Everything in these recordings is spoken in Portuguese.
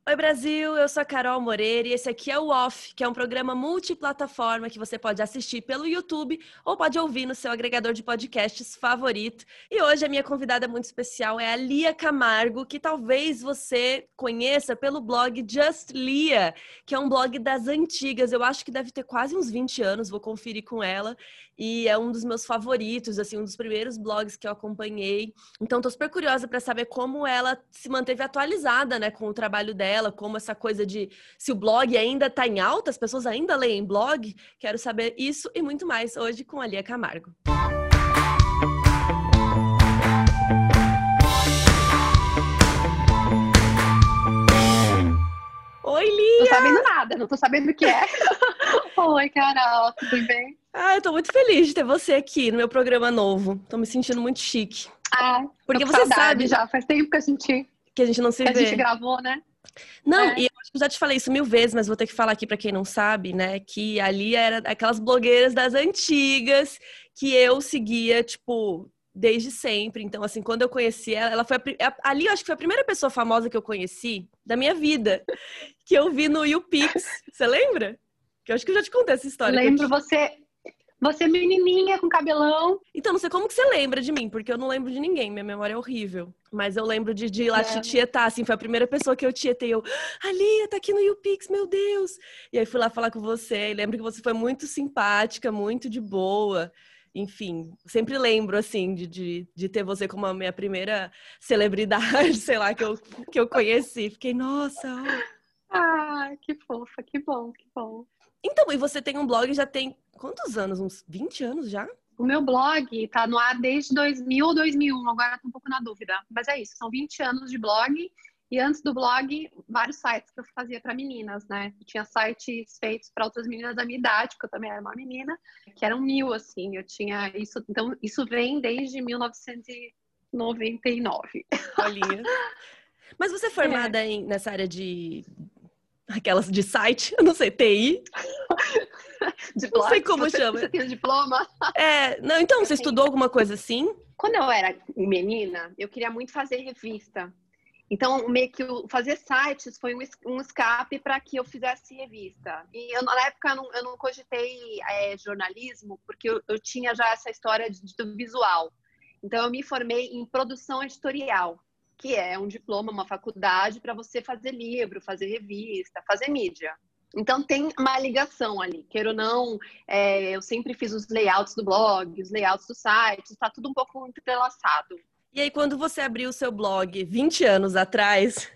Oi Brasil, eu sou a Carol Moreira e esse aqui é o Off, que é um programa multiplataforma que você pode assistir pelo YouTube ou pode ouvir no seu agregador de podcasts favorito. E hoje a minha convidada muito especial é a Lia Camargo, que talvez você conheça pelo blog Just Lia, que é um blog das antigas. Eu acho que deve ter quase uns 20 anos, vou conferir com ela. E é um dos meus favoritos, assim, um dos primeiros blogs que eu acompanhei. Então, tô super curiosa para saber como ela se manteve atualizada, né, com o trabalho dela, como essa coisa de se o blog ainda tá em alta, as pessoas ainda leem blog. Quero saber isso e muito mais hoje com a Lia Camargo. Oi, Lia! Não tô sabendo nada, não tô sabendo o que é. Oi, Carol, tudo bem? Eu tô muito feliz de ter você aqui no meu programa novo. Tô me sentindo muito chique. Tô Porque com você saudade sabe já, faz tempo que que a gente não se a gente vê. gravou, né? Não, É. e eu acho que eu já te falei isso 1000 vezes, mas vou ter que falar aqui pra quem não sabe, né? Que a Lia era aquelas blogueiras das antigas que eu seguia, tipo, desde sempre. Então, assim, quando eu conheci ela, ela foi a Lia, eu acho que foi a primeira pessoa famosa que eu conheci da minha vida, que eu vi no YouPix. Você lembra? Que eu acho que eu já te contei essa história. Lembro você menininha com cabelão. Então, não sei como que você lembra de mim, porque eu não lembro de ninguém, minha memória é horrível. Mas eu lembro de ir lá te É. tietar, assim, foi a primeira pessoa que eu tietei. Eu, a Lia tá aqui no YouPix, meu Deus! E aí fui lá falar com você, e lembro que você foi muito simpática, muito de boa. Enfim, sempre lembro, assim, de ter você como a minha primeira celebridade, sei lá, que eu conheci. Fiquei, nossa, ó. Que fofa, que bom, que bom. Então, e você tem um blog já tem quantos anos? Uns 20 anos já? O meu blog tá no ar desde 2000 ou 2001, agora tô um pouco na dúvida. Mas é isso, são 20 anos de blog. E antes do blog, vários sites que eu fazia para meninas, né? Eu tinha sites feitos para outras meninas da minha idade, porque eu também era uma menina, que eram 1000, assim. Eu tinha isso. Então, isso vem desde 1999. Bolinha. Mas você é É. formada nessa área de aquelas de site, eu não sei, TI? De Não sei blogs, como chama. você tem o diploma? Não, então, Eu você tenho. estudou alguma coisa assim? Quando eu era menina, eu queria muito fazer revista. Então, meio que fazer sites foi um escape para que eu fizesse revista. E eu, na época, eu não cogitei jornalismo, porque eu tinha já essa história do visual. Então, eu me formei em produção editorial, que é um diploma, uma faculdade para você fazer livro, fazer revista, fazer mídia. Então, tem uma ligação ali. Queira ou não, eu sempre fiz os layouts do blog, os layouts do site, está tudo um pouco entrelaçado. E aí, quando você abriu o seu blog 20 anos atrás,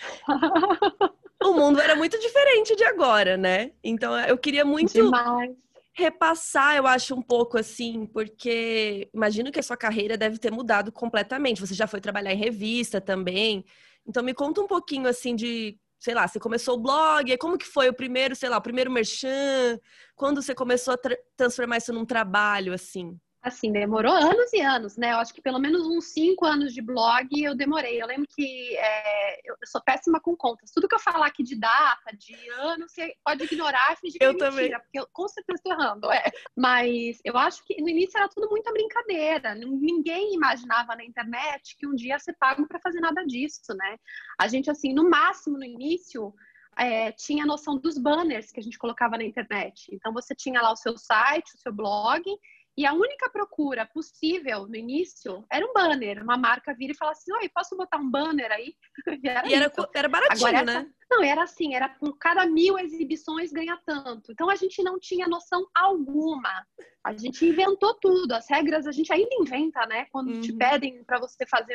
o mundo era muito diferente de agora, né? Então, eu queria muito Demais. repassar, eu acho, um pouco assim, porque imagino que a sua carreira deve ter mudado completamente. Você já foi trabalhar em revista também. Então, me conta um pouquinho, assim, de, sei lá, você começou o blog, como que foi o primeiro, sei lá, o primeiro merchan? Quando você começou a transformar isso num trabalho, assim? Assim, demorou anos e anos, né? Eu acho que pelo menos uns 5 anos de blog eu demorei. Eu lembro que eu sou péssima com contas. Tudo que eu falar aqui de data, de ano, você pode ignorar e fingir que é Eu também. mentira, porque eu com certeza estou errando, Mas eu acho que no início era tudo muita brincadeira. Ninguém imaginava na internet que um dia ia ser pago para fazer nada disso, né? A gente, assim, no máximo no início, tinha a noção dos banners que a gente colocava na internet. Então, você tinha lá o seu site, o seu blog, e a única procura possível no início era um banner. Uma marca vira e fala assim: oi, posso botar um banner aí? E era E isso. era Agora, baratinho, né? não, era assim: era com cada 1000 exibições ganha tanto. Então a gente não tinha noção alguma. A gente inventou tudo. As regras a gente ainda inventa, né? Quando te Uhum. pedem para você fazer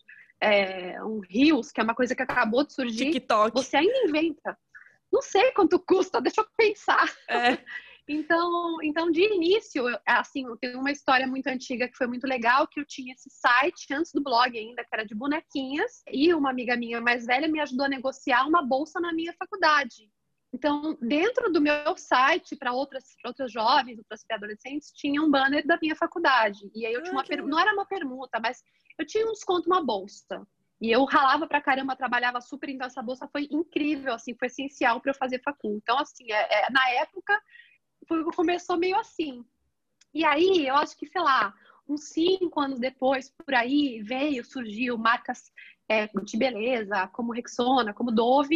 um Reels, que é uma coisa que acabou de surgir, TikTok. você ainda inventa. Não sei quanto custa, deixa eu pensar. É. Então, de início, assim, eu tenho uma história muito antiga que foi muito legal, que eu tinha esse site antes do blog ainda, que era de bonequinhas, e uma amiga minha mais velha me ajudou a negociar uma bolsa na minha faculdade. Então, dentro do meu site, para outras jovens, outras pré-adolescentes, tinha um banner da minha faculdade. E aí eu tinha não era uma permuta, mas eu tinha um desconto, uma bolsa. E eu ralava pra caramba, trabalhava super, então essa bolsa foi incrível, assim, foi essencial para eu fazer facul. Então, assim, na época, começou meio assim. E aí, eu acho que, sei lá, uns 5 anos depois, por aí, surgiu marcas de beleza, como Rexona, como Dove,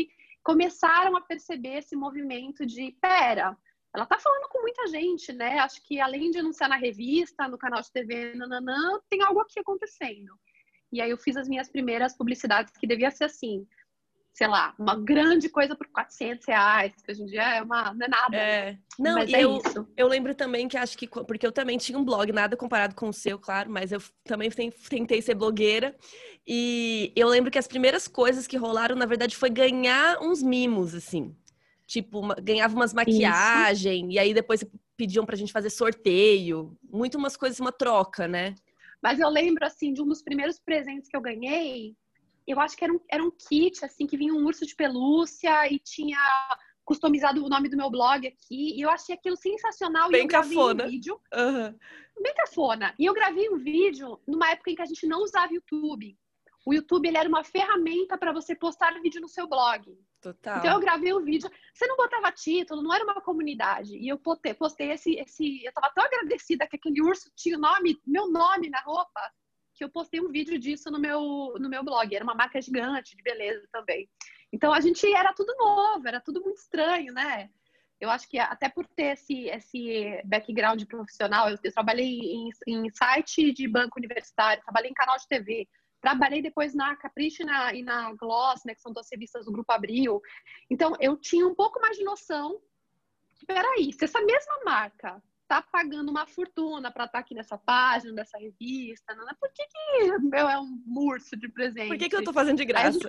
começaram a perceber esse movimento de, pera, ela tá falando com muita gente, né? Acho que além de anunciar na revista, no canal de TV, nananã, tem algo aqui acontecendo. E aí eu fiz as minhas primeiras publicidades, que devia ser assim, sei lá, uma grande coisa por R$ 400, que hoje em dia não é nada, né? Não, mas e isso. Eu lembro também que acho que, porque eu também tinha um blog, nada comparado com o seu, claro, mas eu também tentei ser blogueira, e eu lembro que as primeiras coisas que rolaram, na verdade, foi ganhar uns mimos, assim, tipo, ganhava umas maquiagem, e aí depois pediam pra gente fazer sorteio, muito umas coisas, uma troca, né? Mas eu lembro, assim, de um dos primeiros presentes que eu ganhei, eu acho que era um kit, assim, que vinha um urso de pelúcia e tinha customizado o nome do meu blog aqui. E eu achei aquilo sensacional. Bem E eu gravei cafona. um vídeo. Uhum. Bem cafona. E eu gravei um vídeo numa época em que a gente não usava YouTube. O YouTube, ele era uma ferramenta para você postar vídeo no seu blog. Total. Então eu gravei um vídeo, você não botava título, não era uma comunidade. E eu postei eu tava tão agradecida que aquele urso tinha meu nome na roupa, que eu postei um vídeo disso no meu blog. Era uma marca gigante de beleza também. Então a gente era tudo novo, era tudo muito estranho, né? Eu acho que até por ter esse background profissional, eu trabalhei em site de banco universitário, trabalhei em canal de TV, trabalhei depois na Capricho e na Gloss, né, que são 2 revistas do Grupo Abril. Então, eu tinha um pouco mais de noção que, peraí, se essa mesma marca tá pagando uma fortuna para estar aqui nessa página, dessa revista, não é? Por que meu é um urso de presente? Por que eu tô fazendo de graça? Aí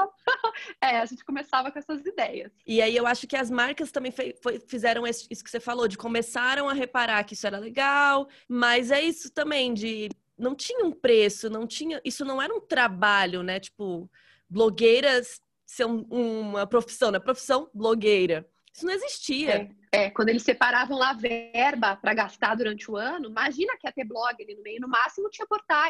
a gente começava com essas ideias. E aí eu acho que as marcas também fizeram isso que você falou, de começaram a reparar que isso era legal, mas é isso também de não tinha um preço, isso não era um trabalho, né? Tipo, blogueiras ser uma profissão, né? Profissão blogueira. Isso não existia. Quando eles separavam lá a verba para gastar durante o ano, imagina que ia ter blog ali no meio. No máximo tinha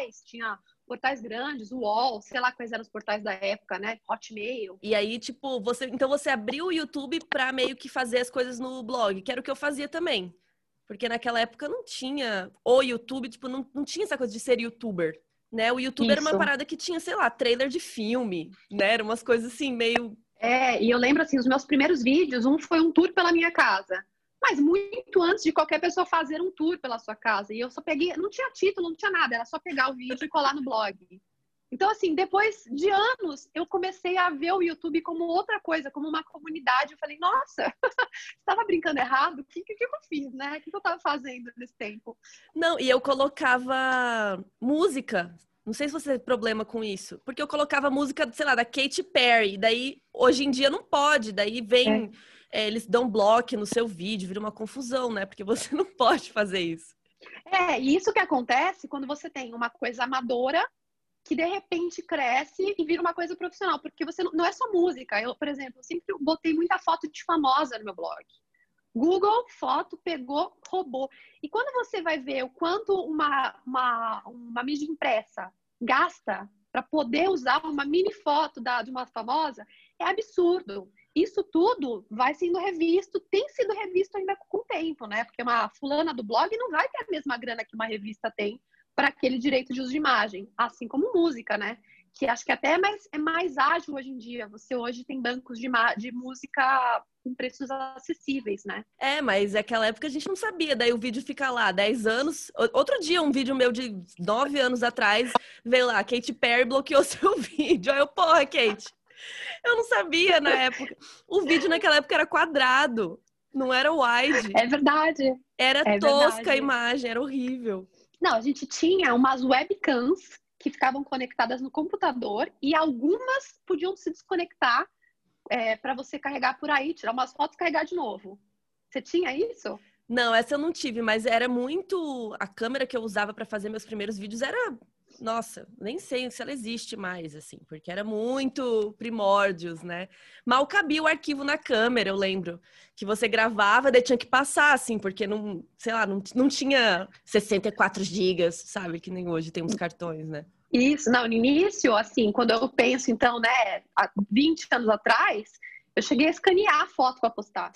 portais grandes, o UOL, sei lá quais eram os portais da época, né? Hotmail. E aí, tipo, você abriu o YouTube para meio que fazer as coisas no blog, que era o que eu fazia também. Porque naquela época não tinha o YouTube, tipo, não tinha essa coisa de ser youtuber, né? O YouTube era uma parada que tinha, sei lá, trailer de filme, né? Eram umas coisas assim, meio... E eu lembro, assim, os meus primeiros vídeos, foi um tour pela minha casa. Mas muito antes de qualquer pessoa fazer um tour pela sua casa. E eu só peguei, não tinha título, não tinha nada, era só pegar o vídeo e colar no blog. Então, assim, depois de anos, eu comecei a ver o YouTube como outra coisa, como uma comunidade. Eu falei, nossa, estava brincando errado? O que eu fiz, né? O que eu estava fazendo nesse tempo? Não, e eu colocava música. Não sei se você tem problema com isso. Porque eu colocava música, sei lá, da Katy Perry. Daí, hoje em dia, não pode. Daí vem... eles dão bloco no seu vídeo, vira uma confusão, né? Porque você não pode fazer isso. E isso que acontece quando você tem uma coisa amadora que de repente cresce e vira uma coisa profissional, porque você não é só música. Eu, por exemplo, sempre botei muita foto de famosa no meu blog. Google, foto, pegou, roubou. E quando você vai ver o quanto uma mídia impressa gasta para poder usar uma mini foto de uma famosa, é absurdo. Isso tudo vai sendo revisto, tem sido revisto ainda com o tempo, né? Porque uma fulana do blog não vai ter a mesma grana que uma revista tem para aquele direito de uso de imagem, assim como música, né? Que acho que até é mais ágil hoje em dia. Você hoje tem bancos de música com preços acessíveis, né? Mas naquela época a gente não sabia. Daí o vídeo fica lá, 10 anos. Outro dia, um vídeo meu de 9 anos atrás, veio lá, Katy Perry bloqueou seu vídeo. Aí eu, porra, Kate, eu não sabia na época. O vídeo naquela época era quadrado, não era wide. É verdade. Era tosca a imagem, era horrível. Não, a gente tinha umas webcams que ficavam conectadas no computador e algumas podiam se desconectar para você carregar por aí, tirar umas fotos e carregar de novo. Você tinha isso? Não, essa eu não tive, mas era muito... A câmera que eu usava para fazer meus primeiros vídeos era... Nossa, nem sei se ela existe mais, assim, porque era muito primórdios, né? Mal cabia o arquivo na câmera, eu lembro. Que você gravava, daí tinha que passar, assim, porque não, sei lá, não tinha 64 gigas, sabe? Que nem hoje tem uns cartões, né? Isso, não, no início, assim, quando eu penso, então, né, há 20 anos atrás, eu cheguei a escanear a foto para postar.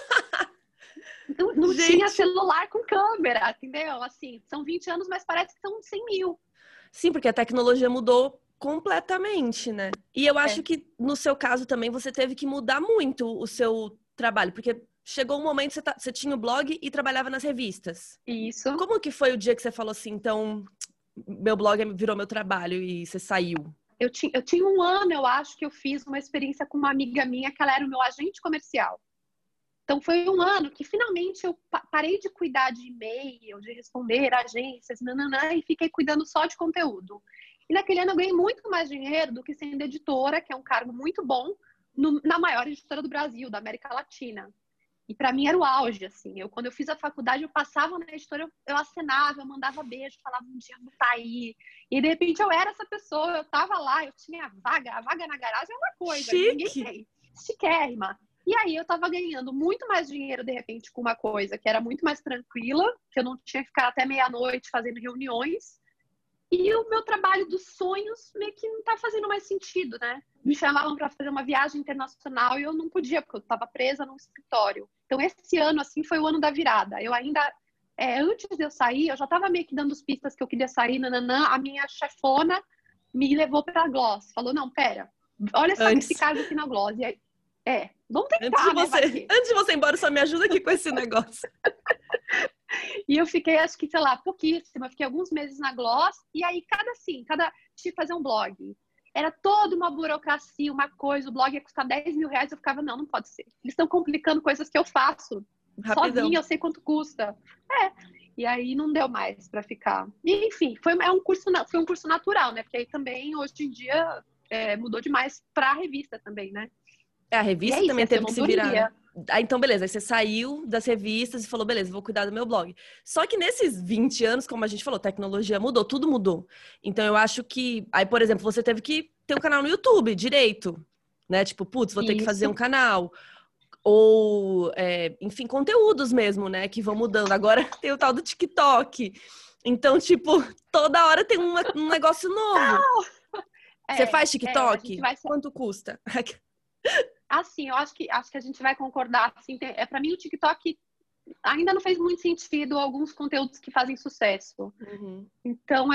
Não tinha celular com câmera, entendeu? Assim, são 20 anos, mas parece que são 100 mil. Sim, porque a tecnologia mudou Completamente, né? E eu acho que no seu caso também você teve que mudar muito o seu trabalho, porque chegou um momento que você tinha o blog e trabalhava nas revistas. Isso. Como que foi o dia que você falou assim, então, meu blog virou meu trabalho e você saiu? Eu tinha um ano, eu acho, que eu fiz uma experiência com uma amiga minha, que ela era o meu agente comercial. Então, foi um ano que finalmente eu parei de cuidar de e-mail, de responder agências, nananã, e fiquei cuidando só de conteúdo. E naquele ano eu ganhei muito mais dinheiro do que sendo editora, que é um cargo muito bom, na maior editora do Brasil, da América Latina. E para mim era o auge, assim. Quando eu fiz a faculdade, eu passava na editora, eu acenava, eu mandava beijo, falava um dia vou tá aí. E de repente eu era essa pessoa, eu tava lá, eu tinha a vaga na garagem é uma coisa, ninguém tem. Chiquérrima. E aí eu tava ganhando muito mais dinheiro, de repente, com uma coisa que era muito mais tranquila, que eu não tinha que ficar até meia-noite fazendo reuniões. E o meu trabalho dos sonhos meio que não tá fazendo mais sentido, né? Me chamavam para fazer uma viagem internacional e eu não podia, porque eu estava presa num escritório. Então, esse ano, assim, foi o ano da virada. Eu ainda, antes de eu sair, eu já estava meio que dando as pistas que eu queria sair, nananã. A minha chefona me levou para a Gloss. Falou, não, pera, olha só esse cargo aqui na Gloss. E aí, vamos tentar, antes de você ir embora, só me ajuda aqui com esse negócio. E eu fiquei, acho que, sei lá, pouquíssimo. Eu fiquei alguns meses na Gloss. E aí, tinha que fazer um blog. Era toda uma burocracia, uma coisa. O blog ia custar 10 mil reais. Eu ficava, não pode ser. Eles estão complicando coisas que eu faço. Rapidão. Sozinha, eu sei quanto custa. E aí não deu mais para ficar. E, enfim, foi um curso natural, né? Porque aí também, hoje em dia, mudou demais para a revista também, né? A revista também teve que se virar. Então, beleza. Aí você saiu das revistas e falou, beleza, vou cuidar do meu blog. Só que nesses 20 anos, como a gente falou, tecnologia mudou, tudo mudou. Então, eu acho que... Aí, por exemplo, você teve que ter um canal no YouTube, direito. Né? Tipo, putz, vou ter que fazer um canal. Ou, enfim, conteúdos mesmo, né? Que vão mudando. Agora tem o tal do TikTok. Então, tipo, toda hora tem um negócio novo. Você faz TikTok? Quanto custa? Assim, eu acho que a gente vai concordar. Assim, para mim, o TikTok ainda não fez muito sentido alguns conteúdos que fazem sucesso. Uhum. Então,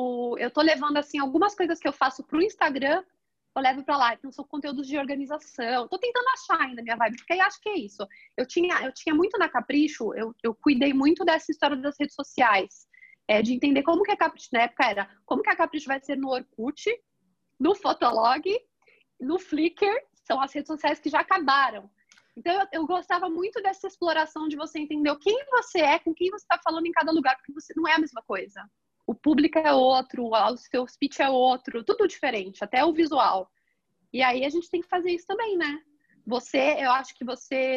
eu tô levando, assim, algumas coisas que eu faço pro Instagram, eu levo para lá. Então, são conteúdos de organização. Tô tentando achar ainda a minha vibe, porque aí acho que é isso. Eu tinha muito na Capricho, eu cuidei muito dessa história das redes sociais. De entender como que a Capricho, na época era, como que a Capricho vai ser no Orkut, no Fotolog, no Flickr. São as redes sociais que já acabaram. Então, eu gostava muito dessa exploração de você entender quem você é, com quem você está falando em cada lugar, porque você não é a mesma coisa. O público é outro, o seu speech é outro, tudo diferente, até o visual. E aí a gente tem que fazer isso também, né? Eu acho que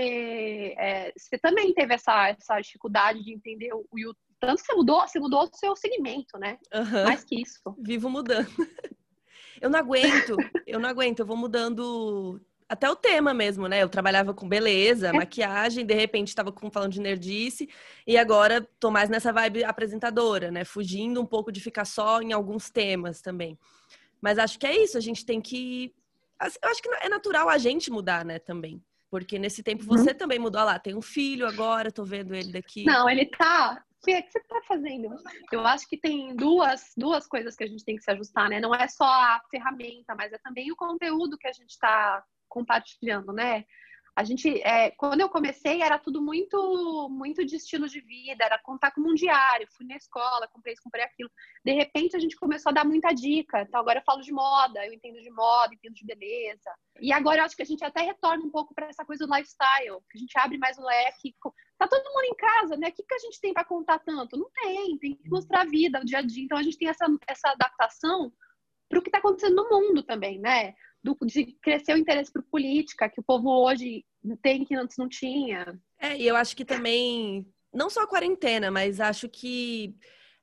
você também teve essa dificuldade de entender o YouTube. Tanto que você mudou o seu segmento, né? Uhum. Mais que isso. Vivo mudando. Eu não aguento, eu vou mudando até o tema mesmo, né? Eu trabalhava com beleza, maquiagem, de repente estava falando de nerdice, e agora tô mais nessa vibe apresentadora, né? Fugindo um pouco de ficar só em alguns temas também. Mas acho que é isso, a gente tem que... Eu acho que é natural a gente mudar, né, também. Porque nesse tempo você também mudou. Olha lá, tem um filho agora, tô vendo ele daqui. Não, ele tá... O que você tá fazendo? Eu acho que tem duas coisas que a gente tem que se ajustar, né? Não é só a ferramenta, mas é também o conteúdo que a gente está compartilhando, né? A gente, quando eu comecei, era tudo muito, muito de estilo de vida, era contar como um diário. Fui na escola, comprei isso, comprei aquilo. De repente, a gente começou a dar muita dica. Então, agora eu falo de moda, eu entendo de moda, entendo de beleza. E agora eu acho que a gente até retorna um pouco para essa coisa do lifestyle, que a gente abre mais o leque. Tá todo mundo em casa, né? O que a gente tem para contar tanto? Não tem que mostrar a vida, o dia a dia. Então, a gente tem essa adaptação para o que está acontecendo no mundo também, né? De crescer o interesse por política, que o povo hoje tem, que antes não tinha. E eu acho que também, não só a quarentena, mas acho que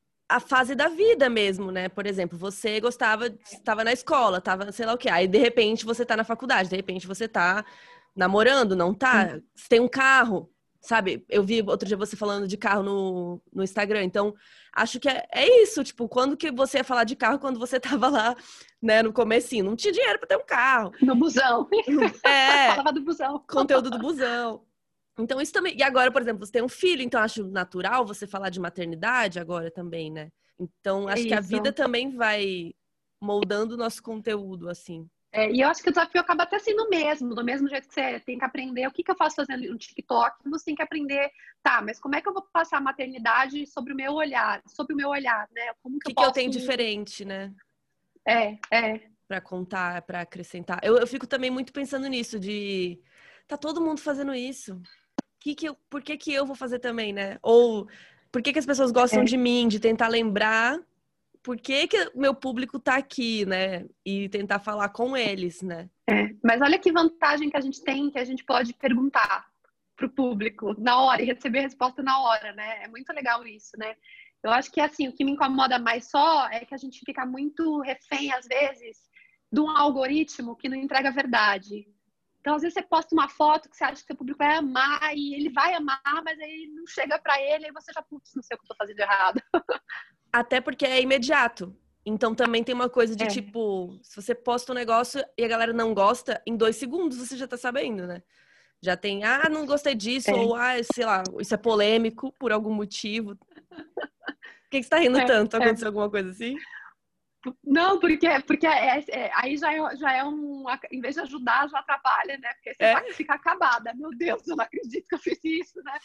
a fase da vida mesmo, né? Por exemplo, você estava na escola, estava sei lá o quê. Aí, de repente, você tá na faculdade, de repente você tá namorando, não tá? Você tem um carro, sabe? Eu vi outro dia você falando de carro no Instagram. Então, acho que é isso. Tipo, quando que você ia falar de carro quando você tava lá, né, no comecinho? Não tinha dinheiro para ter um carro. No busão. Falava do busão. Conteúdo do busão. Então, isso também... E agora, por exemplo, você tem um filho, então acho natural você falar de maternidade agora também, né? Então, acho que a vida também vai moldando o nosso conteúdo, assim. E eu acho que o desafio acaba até sendo o mesmo, do mesmo jeito que você tem que aprender o que eu faço fazendo no TikTok, você tem que aprender, tá, mas como é que eu vou passar a maternidade sobre o meu olhar, né? Como O que eu que eu posso... tenho diferente, né? É. Pra contar, pra acrescentar. Eu fico também muito pensando nisso, de... Tá todo mundo fazendo isso. Por que que eu vou fazer também, né? Ou por que que as pessoas gostam de mim, de tentar lembrar por que que o meu público tá aqui, né? E tentar falar com eles, né? Mas olha que vantagem que a gente tem, que a gente pode perguntar pro público na hora e receber a resposta na hora, né? É muito legal isso, né? Eu acho que, assim, o que me incomoda mais só é que a gente fica muito refém, às vezes, de um algoritmo que não entrega a verdade. Então, às vezes, você posta uma foto que você acha que seu público vai amar e ele vai amar, mas aí não chega pra ele e você já, putz, não sei o que eu tô fazendo de errado. Até porque é imediato. Então também tem uma coisa de tipo, se você posta um negócio e a galera não gosta, em 2 segundos você já tá sabendo, né? Já tem, não gostei disso, ou sei lá, isso é polêmico por algum motivo. Por que você tá rindo tanto? Aconteceu alguma coisa assim? Não, porque aí já é um. Em vez de ajudar, já atrapalha, né? Porque você fica acabada. Meu Deus, eu não acredito que eu fiz isso, né?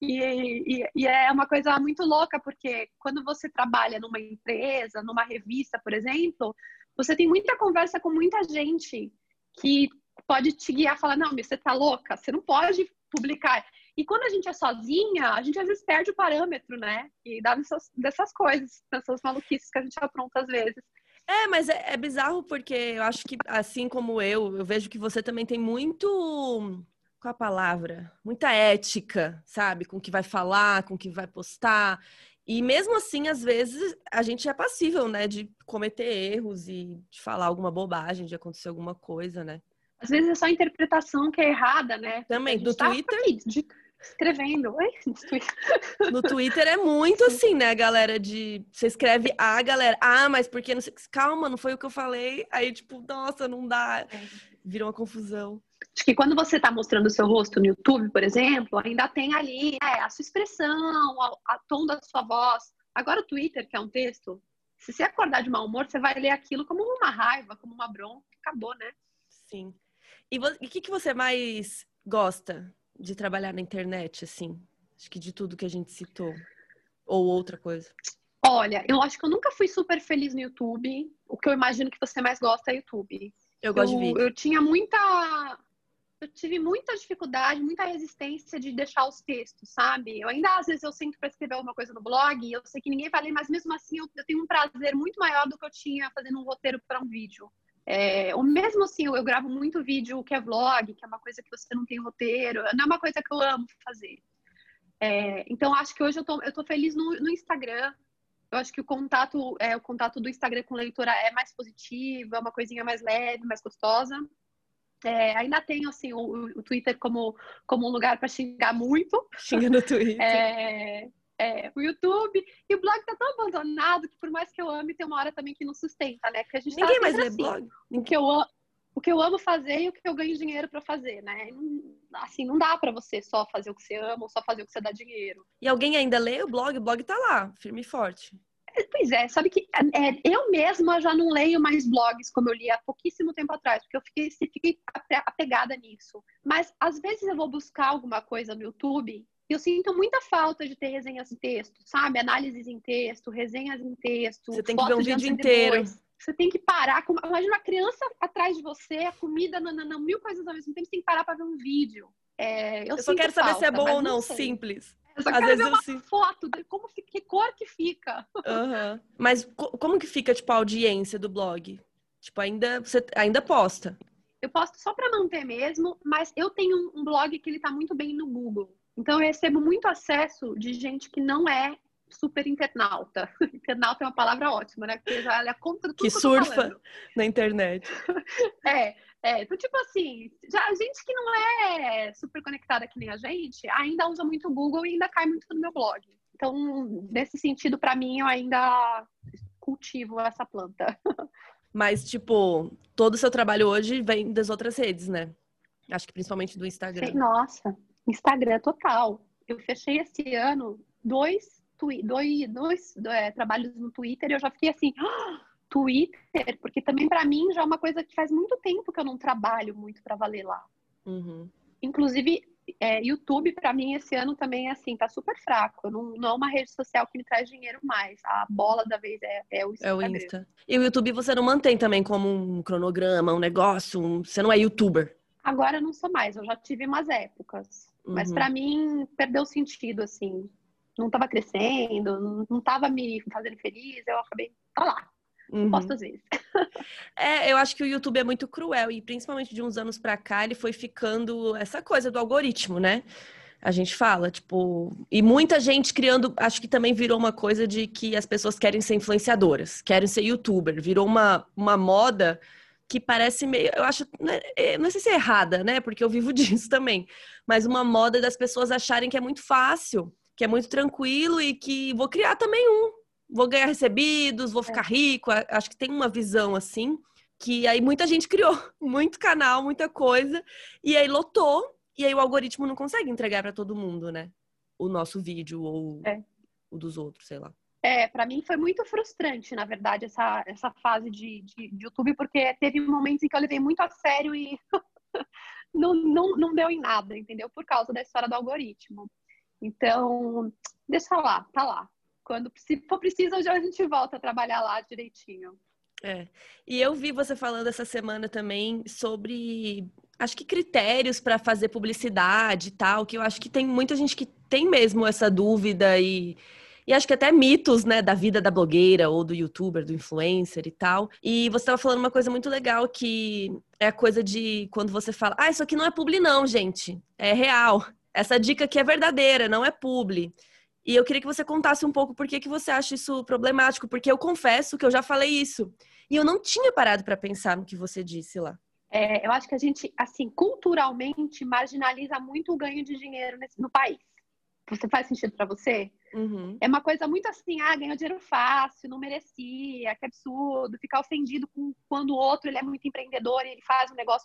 E é uma coisa muito louca, porque quando você trabalha numa empresa, numa revista, por exemplo, você tem muita conversa com muita gente que pode te guiar e falar: não, você tá louca, você não pode publicar. E quando a gente é sozinha, a gente às vezes perde o parâmetro, né? E dá dessas coisas, dessas maluquices que a gente apronta às vezes. Mas é bizarro porque eu acho que, assim como eu vejo que você também tem muito... Qual a palavra? Muita ética, sabe? Com o que vai falar, com o que vai postar. E mesmo assim, às vezes, a gente é passível, né? De cometer erros e de falar alguma bobagem, de acontecer alguma coisa, né? Às vezes é só a interpretação que é errada, né? Porque a Também, gente tá aqui escrevendo. no Twitter é muito assim, né, galera? Você escreve galera. Mas porque não sei. Calma, não foi o que eu falei. Aí, tipo, nossa, não dá. Vira uma confusão. Acho que quando você está mostrando o seu rosto no YouTube, por exemplo, ainda tem ali a sua expressão, a tom da sua voz. Agora o Twitter, que é um texto, se você acordar de mau humor, você vai ler aquilo como uma raiva, como uma bronca, acabou, né? Sim. E o que você mais gosta de trabalhar na internet, assim? Acho que de tudo que a gente citou. Ou outra coisa. Olha, eu acho que eu nunca fui super feliz no YouTube. O que eu imagino que você mais gosta é YouTube. Eu gosto de vídeo. Eu tive muita dificuldade, muita resistência de deixar os textos, sabe? Eu ainda, às vezes, eu sinto para escrever alguma coisa no blog, eu sei que ninguém vai ler, mas mesmo assim eu tenho um prazer muito maior do que eu tinha fazendo um roteiro para um vídeo. Ou mesmo assim, eu gravo muito vídeo que é vlog, que é uma coisa que você não tem roteiro, não é uma coisa que eu amo fazer. Então, acho que hoje eu tô feliz no Instagram. Eu acho que o contato do Instagram com leitora é mais positivo, é uma coisinha mais leve, mais gostosa. Ainda tenho assim, o Twitter como um lugar para xingar muito. Xinga no Twitter. O YouTube. E o blog tá tão abandonado que, por mais que eu ame, tem uma hora também que não sustenta, né? Porque a gente Ninguém tá mais lê assim, blog? o que eu amo fazer e o que eu ganho dinheiro para fazer, né? Assim, não dá para você só fazer o que você ama ou só fazer o que você dá dinheiro. E alguém ainda lê o blog? O blog tá lá, firme e forte. Pois é, sabe que eu mesma já não leio mais blogs como eu li há pouquíssimo tempo atrás, porque eu fiquei apegada nisso. Mas às vezes eu vou buscar alguma coisa no YouTube e eu sinto muita falta de ter resenhas em texto, sabe? Análises em texto, resenhas em texto, Você tem que ver um vídeo inteiro. Você tem que parar. Imagina uma criança atrás de você, a comida, mil coisas ao mesmo tempo, você tem que parar para ver um vídeo. Eu só quero saber se é bom ou não, simples. Eu só quero ver uma foto de que cor que fica. Uhum. Mas como que fica, tipo, a audiência do blog? Tipo, você ainda posta? Eu posto só para manter mesmo, mas eu tenho um blog que ele tá muito bem no Google. Então eu recebo muito acesso de gente que não é super internauta. Internauta é uma palavra ótima, né? Porque já é contra tudo que surfa na internet. Então, tipo assim, já a gente que não é super conectada que nem a gente, ainda usa muito o Google e ainda cai muito no meu blog. Então, nesse sentido, para mim, eu ainda cultivo essa planta. Mas, tipo, todo o seu trabalho hoje vem das outras redes, né? Acho que principalmente do Instagram. Nossa, Instagram total. Eu fechei esse ano dois trabalhos no Twitter e eu já fiquei assim, Twitter, porque também para mim já é uma coisa que faz muito tempo que eu não trabalho muito para valer lá. Uhum. Inclusive, YouTube para mim esse ano também assim tá super fraco. Não é uma rede social que me traz dinheiro mais. A bola da vez é o É o Instagram. Insta. E o YouTube você não mantém também como um cronograma, um negócio, você não é YouTuber. Agora eu não sou mais, eu já tive umas épocas. Mas Uhum. para mim perdeu sentido, assim. Não estava crescendo, não estava me fazendo feliz, eu acabei, tá lá, não posto Uhum. às vezes. Eu acho que o YouTube é muito cruel e principalmente de uns anos pra cá ele foi ficando essa coisa do algoritmo, né? A gente fala, tipo, e muita gente criando, acho que também virou uma coisa de que as pessoas querem ser influenciadoras, querem ser youtuber, virou uma moda que parece meio, eu acho, né, não sei se é errada, né? Porque eu vivo disso também, mas uma moda das pessoas acharem que é muito fácil, que é muito tranquilo e que vou criar também vou ganhar recebidos, vou ficar rico, acho que tem uma visão assim, que aí muita gente criou, muito canal, muita coisa, e aí lotou. E aí o algoritmo não consegue entregar para todo mundo, né? O nosso vídeo ou o dos outros, sei lá. Para mim foi muito frustrante, na verdade, essa fase de YouTube, porque teve momentos em que eu levei muito a sério e não deu em nada, entendeu? Por causa da história do algoritmo. Então, deixa lá, tá lá. Quando for preciso, a gente volta a trabalhar lá direitinho. E eu vi você falando essa semana também sobre, acho que critérios para fazer publicidade e tal, que eu acho que tem muita gente que tem mesmo essa dúvida e acho que até mitos, né, da vida da blogueira ou do youtuber, do influencer e tal. E você estava falando uma coisa muito legal que é a coisa de quando você fala, isso aqui não é publi não, gente, é real. Essa dica aqui é verdadeira, não é publi. E eu queria que você contasse um pouco por que você acha isso problemático, porque eu confesso que eu já falei isso. E eu não tinha parado para pensar no que você disse lá. Eu acho que a gente, assim, culturalmente marginaliza muito o ganho de dinheiro no país. Você faz sentido para você? Uhum. É uma coisa muito assim, ganhou dinheiro fácil, não merecia, que absurdo, ficar ofendido quando o outro ele é muito empreendedor e ele faz um negócio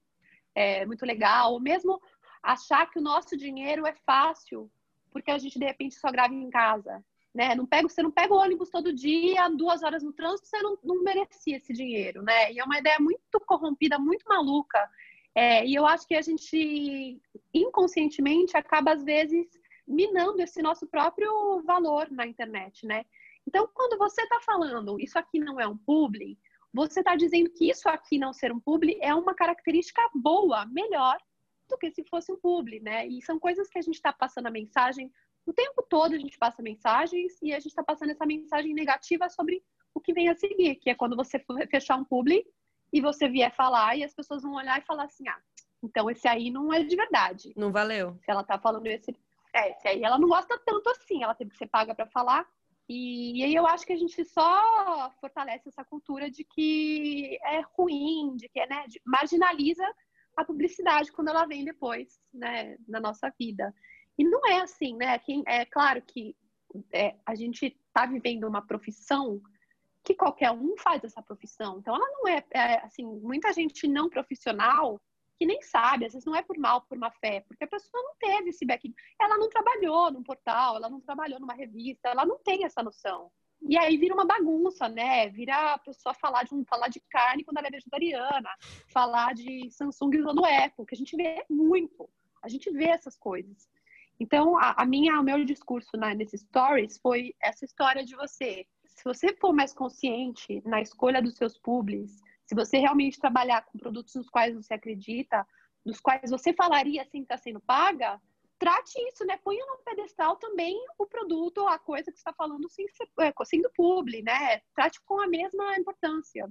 muito legal, ou mesmo achar que o nosso dinheiro é fácil, porque a gente de repente só grava em casa. Né? Você não pega o ônibus todo dia, 2 horas no trânsito, você não merecia esse dinheiro, né? E é uma ideia muito corrompida, muito maluca. E eu acho que a gente, inconscientemente, acaba, às vezes, minando esse nosso próprio valor na internet, né? Então, quando você está falando, isso aqui não é um publi, você está dizendo que isso aqui não ser um publi é uma característica boa, melhor do que se fosse um publi, né? E são coisas que a gente está passando a mensagem o tempo todo, a gente passa mensagens e a gente está passando essa mensagem negativa sobre o que vem a seguir, que é quando você fechar um publi e você vier falar e as pessoas vão olhar e falar assim, então esse aí não é de verdade. Não valeu. Se ela tá falando esse aí ela não gosta tanto assim, ela teve que ser paga para falar. E aí eu acho que a gente só fortalece essa cultura de que é ruim, de que marginaliza a publicidade quando ela vem depois, né, na nossa vida. E não é assim, né? É claro que a gente está vivendo uma profissão que qualquer um faz essa profissão. Então, ela não assim, muita gente não profissional que nem sabe, às vezes não é por mal, por má fé, porque a pessoa não teve esse back. Ela não trabalhou num portal, ela não trabalhou numa revista, ela não tem essa noção. E aí vira uma bagunça, né? Vira a pessoa falar de carne quando ela é vegetariana, falar de Samsung usando Apple, que a gente vê muito. A gente vê essas coisas. Então, o meu discurso nesses stories foi essa história de se você for mais consciente na escolha dos seus publis, se você realmente trabalhar com produtos nos quais você acredita, dos quais você falaria assim que está sendo paga, trate isso, né? Ponha no pedestal também o produto, a coisa que você está falando sendo publi, né? Trate com a mesma importância.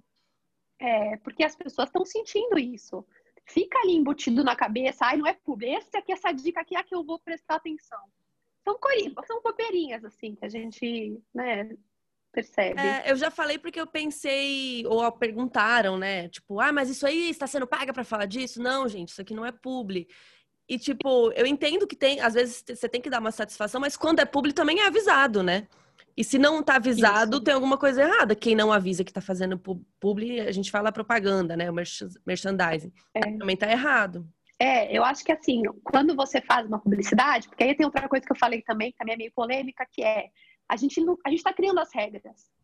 Porque as pessoas estão sentindo isso. Fica ali embutido na cabeça, não é publi, essa dica aqui é a que eu vou prestar atenção. São bobeirinhas, assim, que a gente, né, percebe. Eu já falei porque eu pensei, ou perguntaram, né? Tipo, mas isso aí está sendo paga para falar disso? Não, gente, isso aqui não é publi. E, tipo, eu entendo que às vezes você tem que dar uma satisfação, mas quando é publi também é avisado, né? E se não tá avisado, Isso. tem alguma coisa errada. Quem não avisa que tá fazendo publi, a gente fala propaganda, né? O merchandising. Também tá errado. Eu acho que assim, quando você faz uma publicidade, porque aí tem outra coisa que eu falei também é meio polêmica, que a gente tá criando as regras.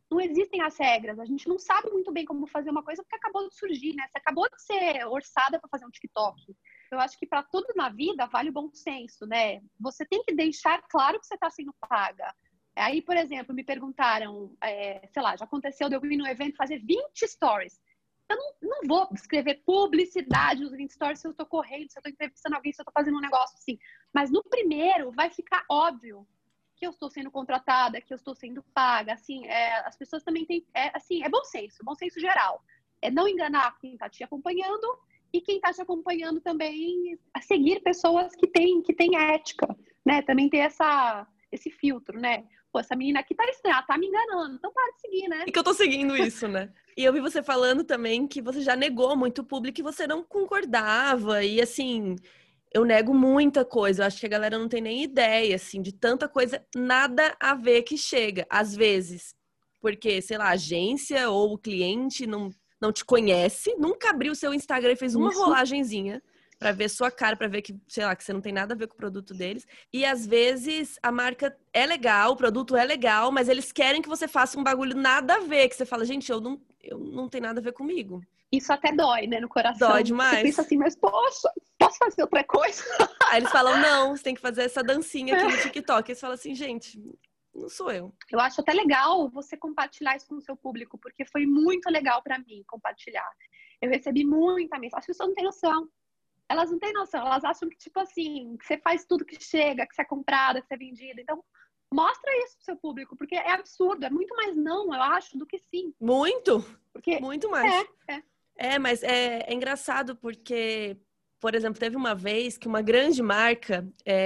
não existem as regras. A gente não sabe muito bem como fazer uma coisa porque acabou de surgir, né? Você acabou de ser orçada para fazer um TikTok. Eu acho que para tudo na vida vale o bom senso, né? Você tem que deixar claro que você está sendo paga. Aí, por exemplo, me perguntaram, sei lá, já aconteceu de eu ir no evento fazer 20 stories. Eu não vou escrever publicidade nos 20 stories se eu estou correndo, se eu estou entrevistando alguém, se eu estou fazendo um negócio assim. Mas no primeiro vai ficar óbvio que eu estou sendo contratada, que eu estou sendo paga. Assim, as pessoas também têm... é bom senso geral. É não enganar quem está te acompanhando e quem está te acompanhando também a seguir pessoas que têm ética, né? Também ter esse filtro, né? Pô, essa menina aqui tá estranha, ela tá me enganando, então para de seguir, né? E que eu tô seguindo isso, né? E eu vi você falando também que você já negou muito público e você não concordava. E assim, eu nego muita coisa. Eu acho que a galera não tem nem ideia, assim, de tanta coisa, nada a ver que chega. Às vezes, porque, sei lá, a agência ou o cliente não te conhece, nunca abriu o seu Instagram e fez uma Isso. rolagenzinha pra ver sua cara, pra ver que, sei lá, que você não tem nada a ver com o produto deles. E às vezes a marca é legal, o produto é legal, mas eles querem que você faça um bagulho nada a ver, que você fala, gente, eu não tem nada a ver comigo. Isso até dói, né, no coração. Dói Você pensa demais. assim, mas poxa, posso fazer outra coisa? Aí eles falam, não, você tem que fazer essa dancinha aqui no TikTok. Eles falam assim, gente, não sou eu. Eu acho até legal você compartilhar isso com o seu público, porque foi muito legal pra mim compartilhar. Eu recebi muita mensagem. As pessoas não têm noção. Elas não têm noção. Elas acham que, tipo assim, que você faz tudo que chega, que você é comprada, que você é vendida. Então, mostra isso pro seu público, porque é absurdo. É muito mais não, eu acho, do que sim. Muito, Porque muito mais. Mas é engraçado porque, por exemplo, teve uma vez que uma grande marca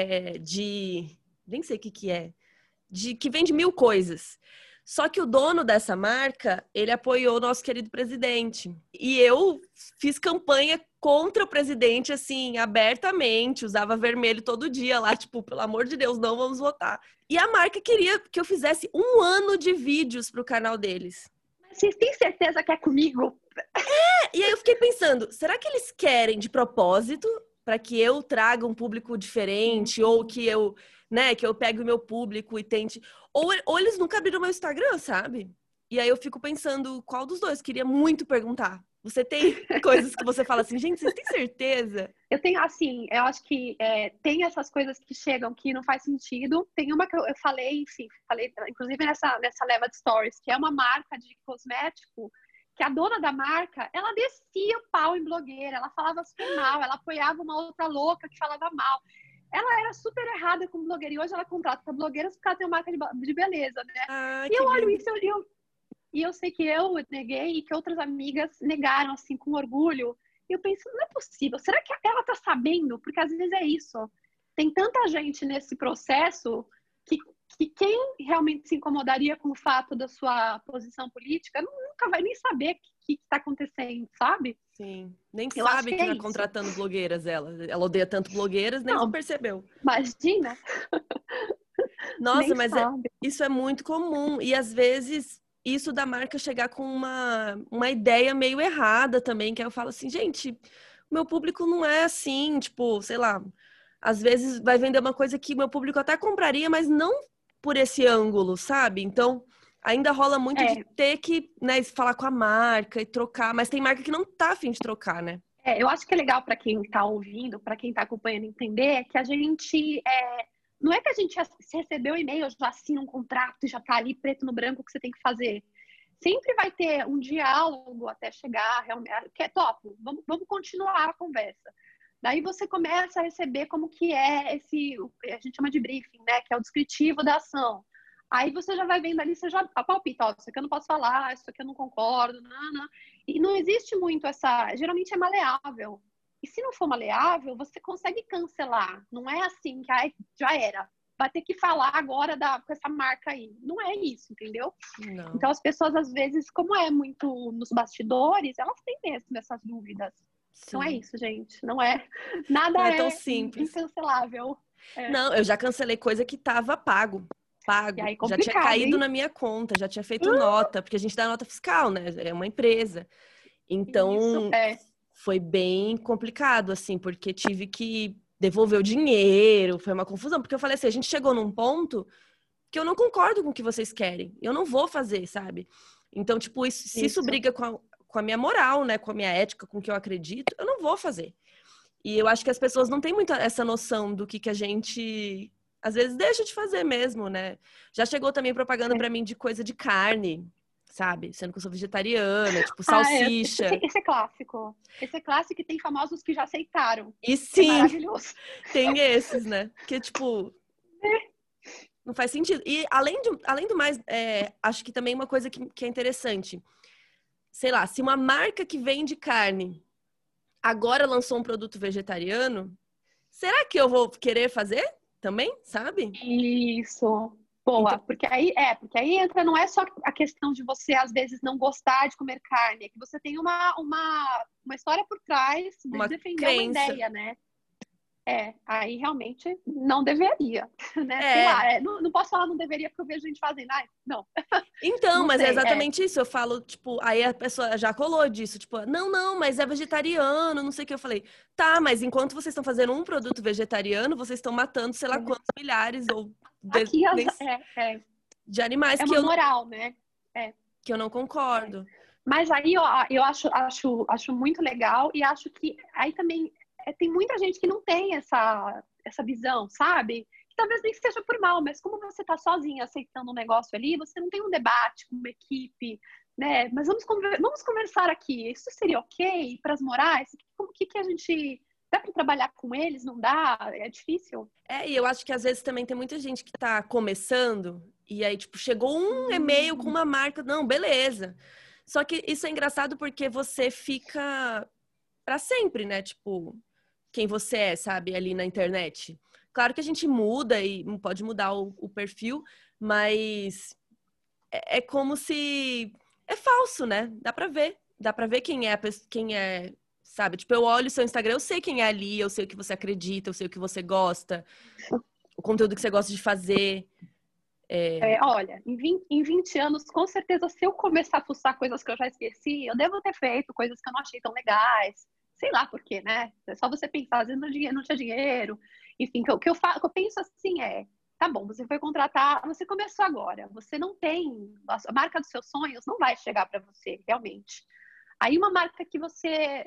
nem sei o que é, que vende 1000 coisas. Só que o dono dessa marca, ele apoiou o nosso querido presidente. E eu fiz campanha contra o presidente, assim, abertamente. Usava vermelho todo dia lá, tipo, pelo amor de Deus, não vamos votar. E a marca queria que eu fizesse 1 ano de vídeos pro canal deles. Mas vocês têm certeza que é comigo? E aí eu fiquei pensando, será que eles querem de propósito para que eu traga um público diferente ou que eu, né, que eu pegue o meu público e tente, ou eles nunca abriram meu Instagram, sabe? E aí eu fico pensando, qual dos dois? Queria muito perguntar. Você tem coisas que você fala assim, gente, vocês têm certeza? Eu tenho, assim, eu acho que tem essas coisas que chegam que não faz sentido. Tem uma que eu falei, enfim, inclusive nessa leva de stories, que é uma marca de cosmético, que a dona da marca, ela descia o pau em blogueira, ela falava super mal, ela apoiava uma outra louca que falava mal. Ela era super errada com blogueira, e hoje ela contrata blogueiras porque ela tem uma marca de beleza, né? Ah, E que eu olho lindo. isso e eu sei que eu neguei e que outras amigas negaram, assim, com orgulho. E eu penso, não é possível. Será que ela tá sabendo? Porque às vezes é isso. Tem tanta gente nesse processo que quem realmente se incomodaria com o fato da sua posição política nunca vai nem saber o que está acontecendo, sabe? Sim, nem Eu acho sabe que que é tá isso. contratando blogueiras ela. Ela odeia tanto blogueiras, nem Não, percebeu. imagina, Nossa, nem mas sabe. isso é muito comum. E às vezes isso da marca chegar com uma ideia meio errada também, que aí eu falo assim, gente, meu público não é assim, tipo, sei lá, às vezes vai vender uma coisa que meu público até compraria, mas não por esse ângulo, sabe? Então, ainda rola muito de ter que, né, falar com a marca e trocar, mas tem marca que não tá a fim de trocar, né? Eu acho que é legal para quem está ouvindo, para quem está acompanhando entender que a gente não é que a gente se recebeu o e-mail, já assina um contrato e já está ali preto no branco o que você tem que fazer. Sempre vai ter um diálogo até chegar, realmente, que é top, vamos continuar a conversa. Daí você começa a receber como que é o que a gente chama de briefing, né? Que é o descritivo da ação. Aí você já vai vendo ali, você já palpita, ó, isso aqui eu não posso falar, isso aqui eu não concordo, não. E não existe muito geralmente é maleável. E se não for maleável, você consegue cancelar. Não é assim que já era. Vai ter que falar agora com essa marca aí. Não é isso, entendeu? Não. Então as pessoas, às vezes, como é muito nos bastidores, elas têm mesmo essas dúvidas. Sim. Então é isso, gente. Nada não é tão simples. incancelável. Não, eu já cancelei coisa que tava pago. E aí, Já tinha caído na minha conta, já tinha feito nota, porque a gente dá nota fiscal, né? É uma empresa. Então, foi bem complicado, assim, porque tive que devolver o dinheiro, foi uma confusão. Porque eu falei assim, a gente chegou num ponto que eu não concordo com o que vocês querem. Eu não vou fazer, sabe? Então, tipo, se isso briga com a minha moral, né? Com a minha ética, com o que eu acredito, eu não vou fazer. E eu acho que as pessoas não têm muito essa noção do que a gente, às vezes, deixa de fazer mesmo, né? Já chegou também propaganda pra mim de coisa de carne, sabe? Sendo que eu sou vegetariana, tipo salsicha. Esse é clássico. Esse é clássico e tem famosos que já aceitaram. E sim, é maravilhoso. Tem esses, né? Que, tipo, não faz sentido. E, além do mais, acho que também uma coisa que é interessante. Sei lá, se uma marca que vende carne agora lançou um produto vegetariano, será que eu vou querer fazer também, sabe? Isso. Boa, Então, porque aí entra, não é só a questão de você, às vezes, não gostar de comer carne, é que você tem uma história por trás de uma defender crença. uma ideia, né? Aí realmente não deveria, né? Sei É. lá, não posso falar não deveria porque eu vejo gente fazendo, não. Então, Não mas é sei, exatamente isso. Eu falo, tipo, aí a pessoa já colou disso, tipo, não, mas é vegetariano, não sei o que. Eu falei, tá, mas enquanto vocês estão fazendo um produto vegetariano, vocês estão matando, sei lá quantos milhares ou Aqui de animais é uma moral, né? Que eu não concordo. Mas aí eu acho muito legal e acho que aí também tem muita gente que não tem essa visão, sabe? Que talvez nem seja por mal, mas como você tá sozinha aceitando um negócio ali, você não tem um debate com uma equipe, né? Mas vamos conversar aqui. Isso seria ok para as morais? O que a gente... Dá para trabalhar com eles? Não dá? É difícil? E eu acho que às vezes também tem muita gente que tá começando e aí, tipo, chegou um e-mail com uma marca. Não, beleza. Só que isso é engraçado porque você fica pra sempre, né? Tipo, quem você é, sabe? Ali na internet. Claro que a gente muda e pode mudar o perfil, mas é como se... É falso, né? Dá pra ver. Dá pra ver quem é, sabe? Tipo, eu olho o seu Instagram, eu sei quem é ali, eu sei o que você acredita, eu sei o que você gosta, o conteúdo que você gosta de fazer. Olha, em 20 anos, com certeza, se eu começar a fuçar coisas que eu já esqueci, eu devo ter feito coisas que eu não achei tão legais. Sei lá por quê, né? É só você pensar, às vezes não tinha dinheiro. Enfim, o que eu penso assim tá bom, você foi contratar, você começou agora, você não tem, a marca dos seus sonhos não vai chegar para você, realmente. Aí uma marca que você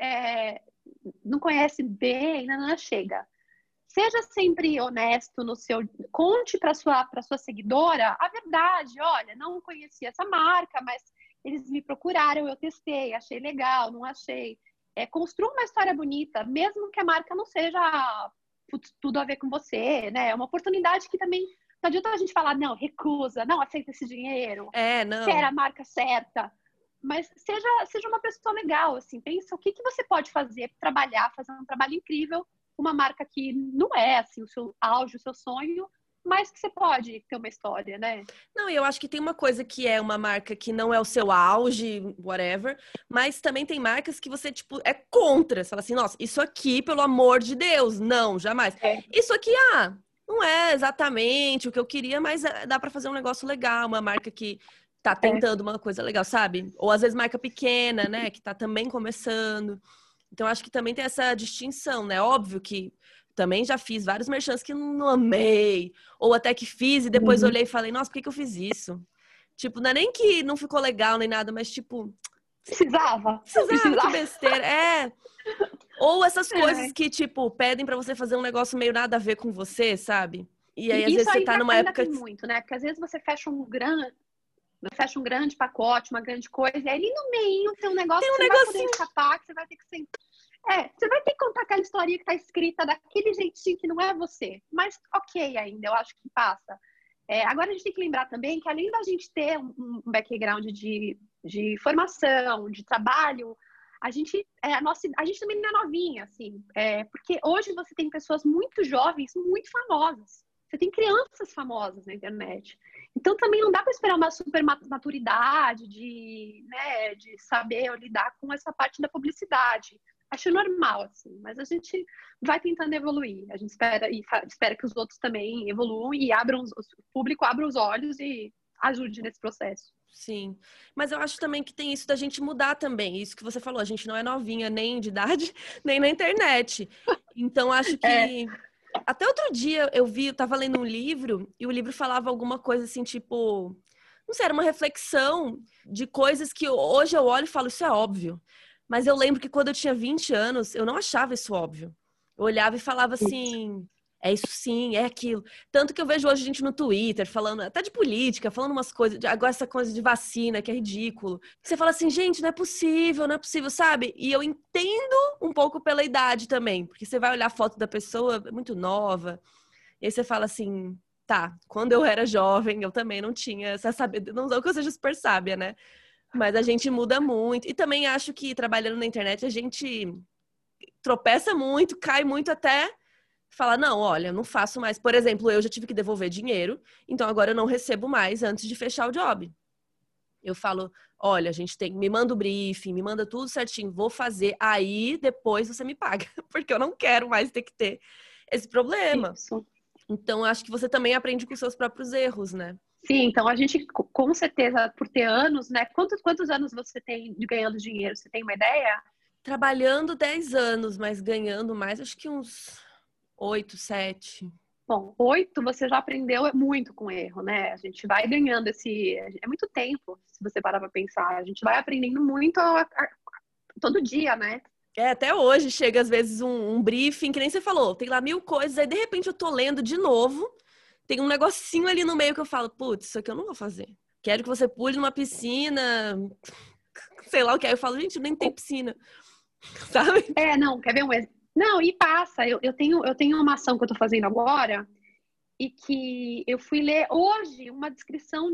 não conhece bem, não chega. Seja sempre honesto no seu... Conte para sua seguidora a verdade. Olha, não conhecia essa marca, mas eles me procuraram, eu testei, achei legal, não achei. Construa uma história bonita, mesmo que a marca não seja tudo a ver com você, né? É uma oportunidade que também... Não adianta a gente falar, não, recusa, não aceita esse dinheiro, Não. quer a marca certa. Mas seja uma pessoa legal, assim. Pensa o que você pode fazer para trabalhar, fazer um trabalho incrível, uma marca que não é assim o seu auge, o seu sonho, mas que você pode ter uma história, né? Não, e eu acho que tem uma coisa que é uma marca que não é o seu auge, whatever, mas também tem marcas que você, tipo, é contra. Você fala assim, nossa, isso aqui, pelo amor de Deus, não, jamais. Isso aqui, não é exatamente o que eu queria, mas dá pra fazer um negócio legal, uma marca que tá tentando uma coisa legal, sabe? Ou às vezes marca pequena, né, que tá também começando. Então, acho que também tem essa distinção, né? Óbvio que também já fiz vários merchans que não amei. Ou até que fiz e depois olhei e falei, nossa, por que eu fiz isso? Tipo, não é nem que não ficou legal nem nada, mas tipo... Precisava, que besteira. Ou essas coisas que, tipo, pedem pra você fazer um negócio meio nada a ver com você, sabe? E aí, às vezes, você tá numa época... tem muito, né? Porque às vezes você fecha um grande pacote, uma grande coisa, e ali no meio tem um negócio que você não vai poder escapar, que você vai ter que ser... você vai ter que contar aquela historinha que tá escrita daquele jeitinho que não é você. Mas ok ainda, eu acho que passa. Agora a gente tem que lembrar também que além da gente ter um background de formação, de trabalho, a gente também não é novinha, assim. Porque hoje você tem pessoas muito jovens, muito famosas. Você tem crianças famosas na internet. Então, também não dá para esperar uma super maturidade de saber lidar com essa parte da publicidade. Acho normal, assim, mas a gente vai tentando evoluir. A gente espera que os outros também evoluam e o público abra os olhos e ajude nesse processo. Sim, mas eu acho também que tem isso da gente mudar também. Isso que você falou, a gente não é novinha nem de idade, nem na internet. Então, acho que Até outro dia eu tava lendo um livro e o livro falava alguma coisa assim, tipo, não sei, era uma reflexão de coisas que hoje eu olho e falo, isso é óbvio. Mas eu lembro que quando eu tinha 20 anos, eu não achava isso óbvio. Eu olhava e falava assim, é isso sim, é aquilo. Tanto que eu vejo hoje gente no Twitter falando, até de política, falando umas coisas, agora essa coisa de vacina, que é ridículo. Você fala assim, gente, não é possível, sabe? E eu entendo um pouco pela idade também, porque você vai olhar a foto da pessoa, é muito nova, e aí você fala assim, tá, quando eu era jovem, eu também não tinha essa sabedoria, não que eu seja super sábia, né? Mas a gente muda muito. E também acho que trabalhando na internet a gente tropeça muito, cai muito até falar, não, olha, eu não faço mais. Por exemplo, eu já tive que devolver dinheiro, então agora eu não recebo mais antes de fechar o job. Eu falo, olha, a gente me manda o briefing, me manda tudo certinho, vou fazer, aí depois você me paga, porque eu não quero mais ter que ter esse problema. Isso. Então, acho que você também aprende com os seus próprios erros, né? Sim, então a gente, com certeza, por ter anos, né? Quantos anos você tem de ganhando dinheiro? Você tem uma ideia? Trabalhando 10 anos, mas ganhando mais, acho que uns 8, 7. Bom, 8 você já aprendeu muito com erro, né? A gente vai ganhando esse. É muito tempo, se você parar pra pensar. A gente vai aprendendo muito todo dia, né? É, até hoje chega às vezes um briefing, que nem você falou, tem lá 1000 coisas, aí de repente eu tô lendo de novo, tem um negocinho ali no meio que eu falo, putz, isso aqui eu não vou fazer. Quero que você pule numa piscina, sei lá o que. Aí eu falo, gente, nem tem piscina, sabe? Não, quer ver um exemplo? Não, e passa. Eu tenho uma ação que eu tô fazendo agora e que eu fui ler hoje uma descrição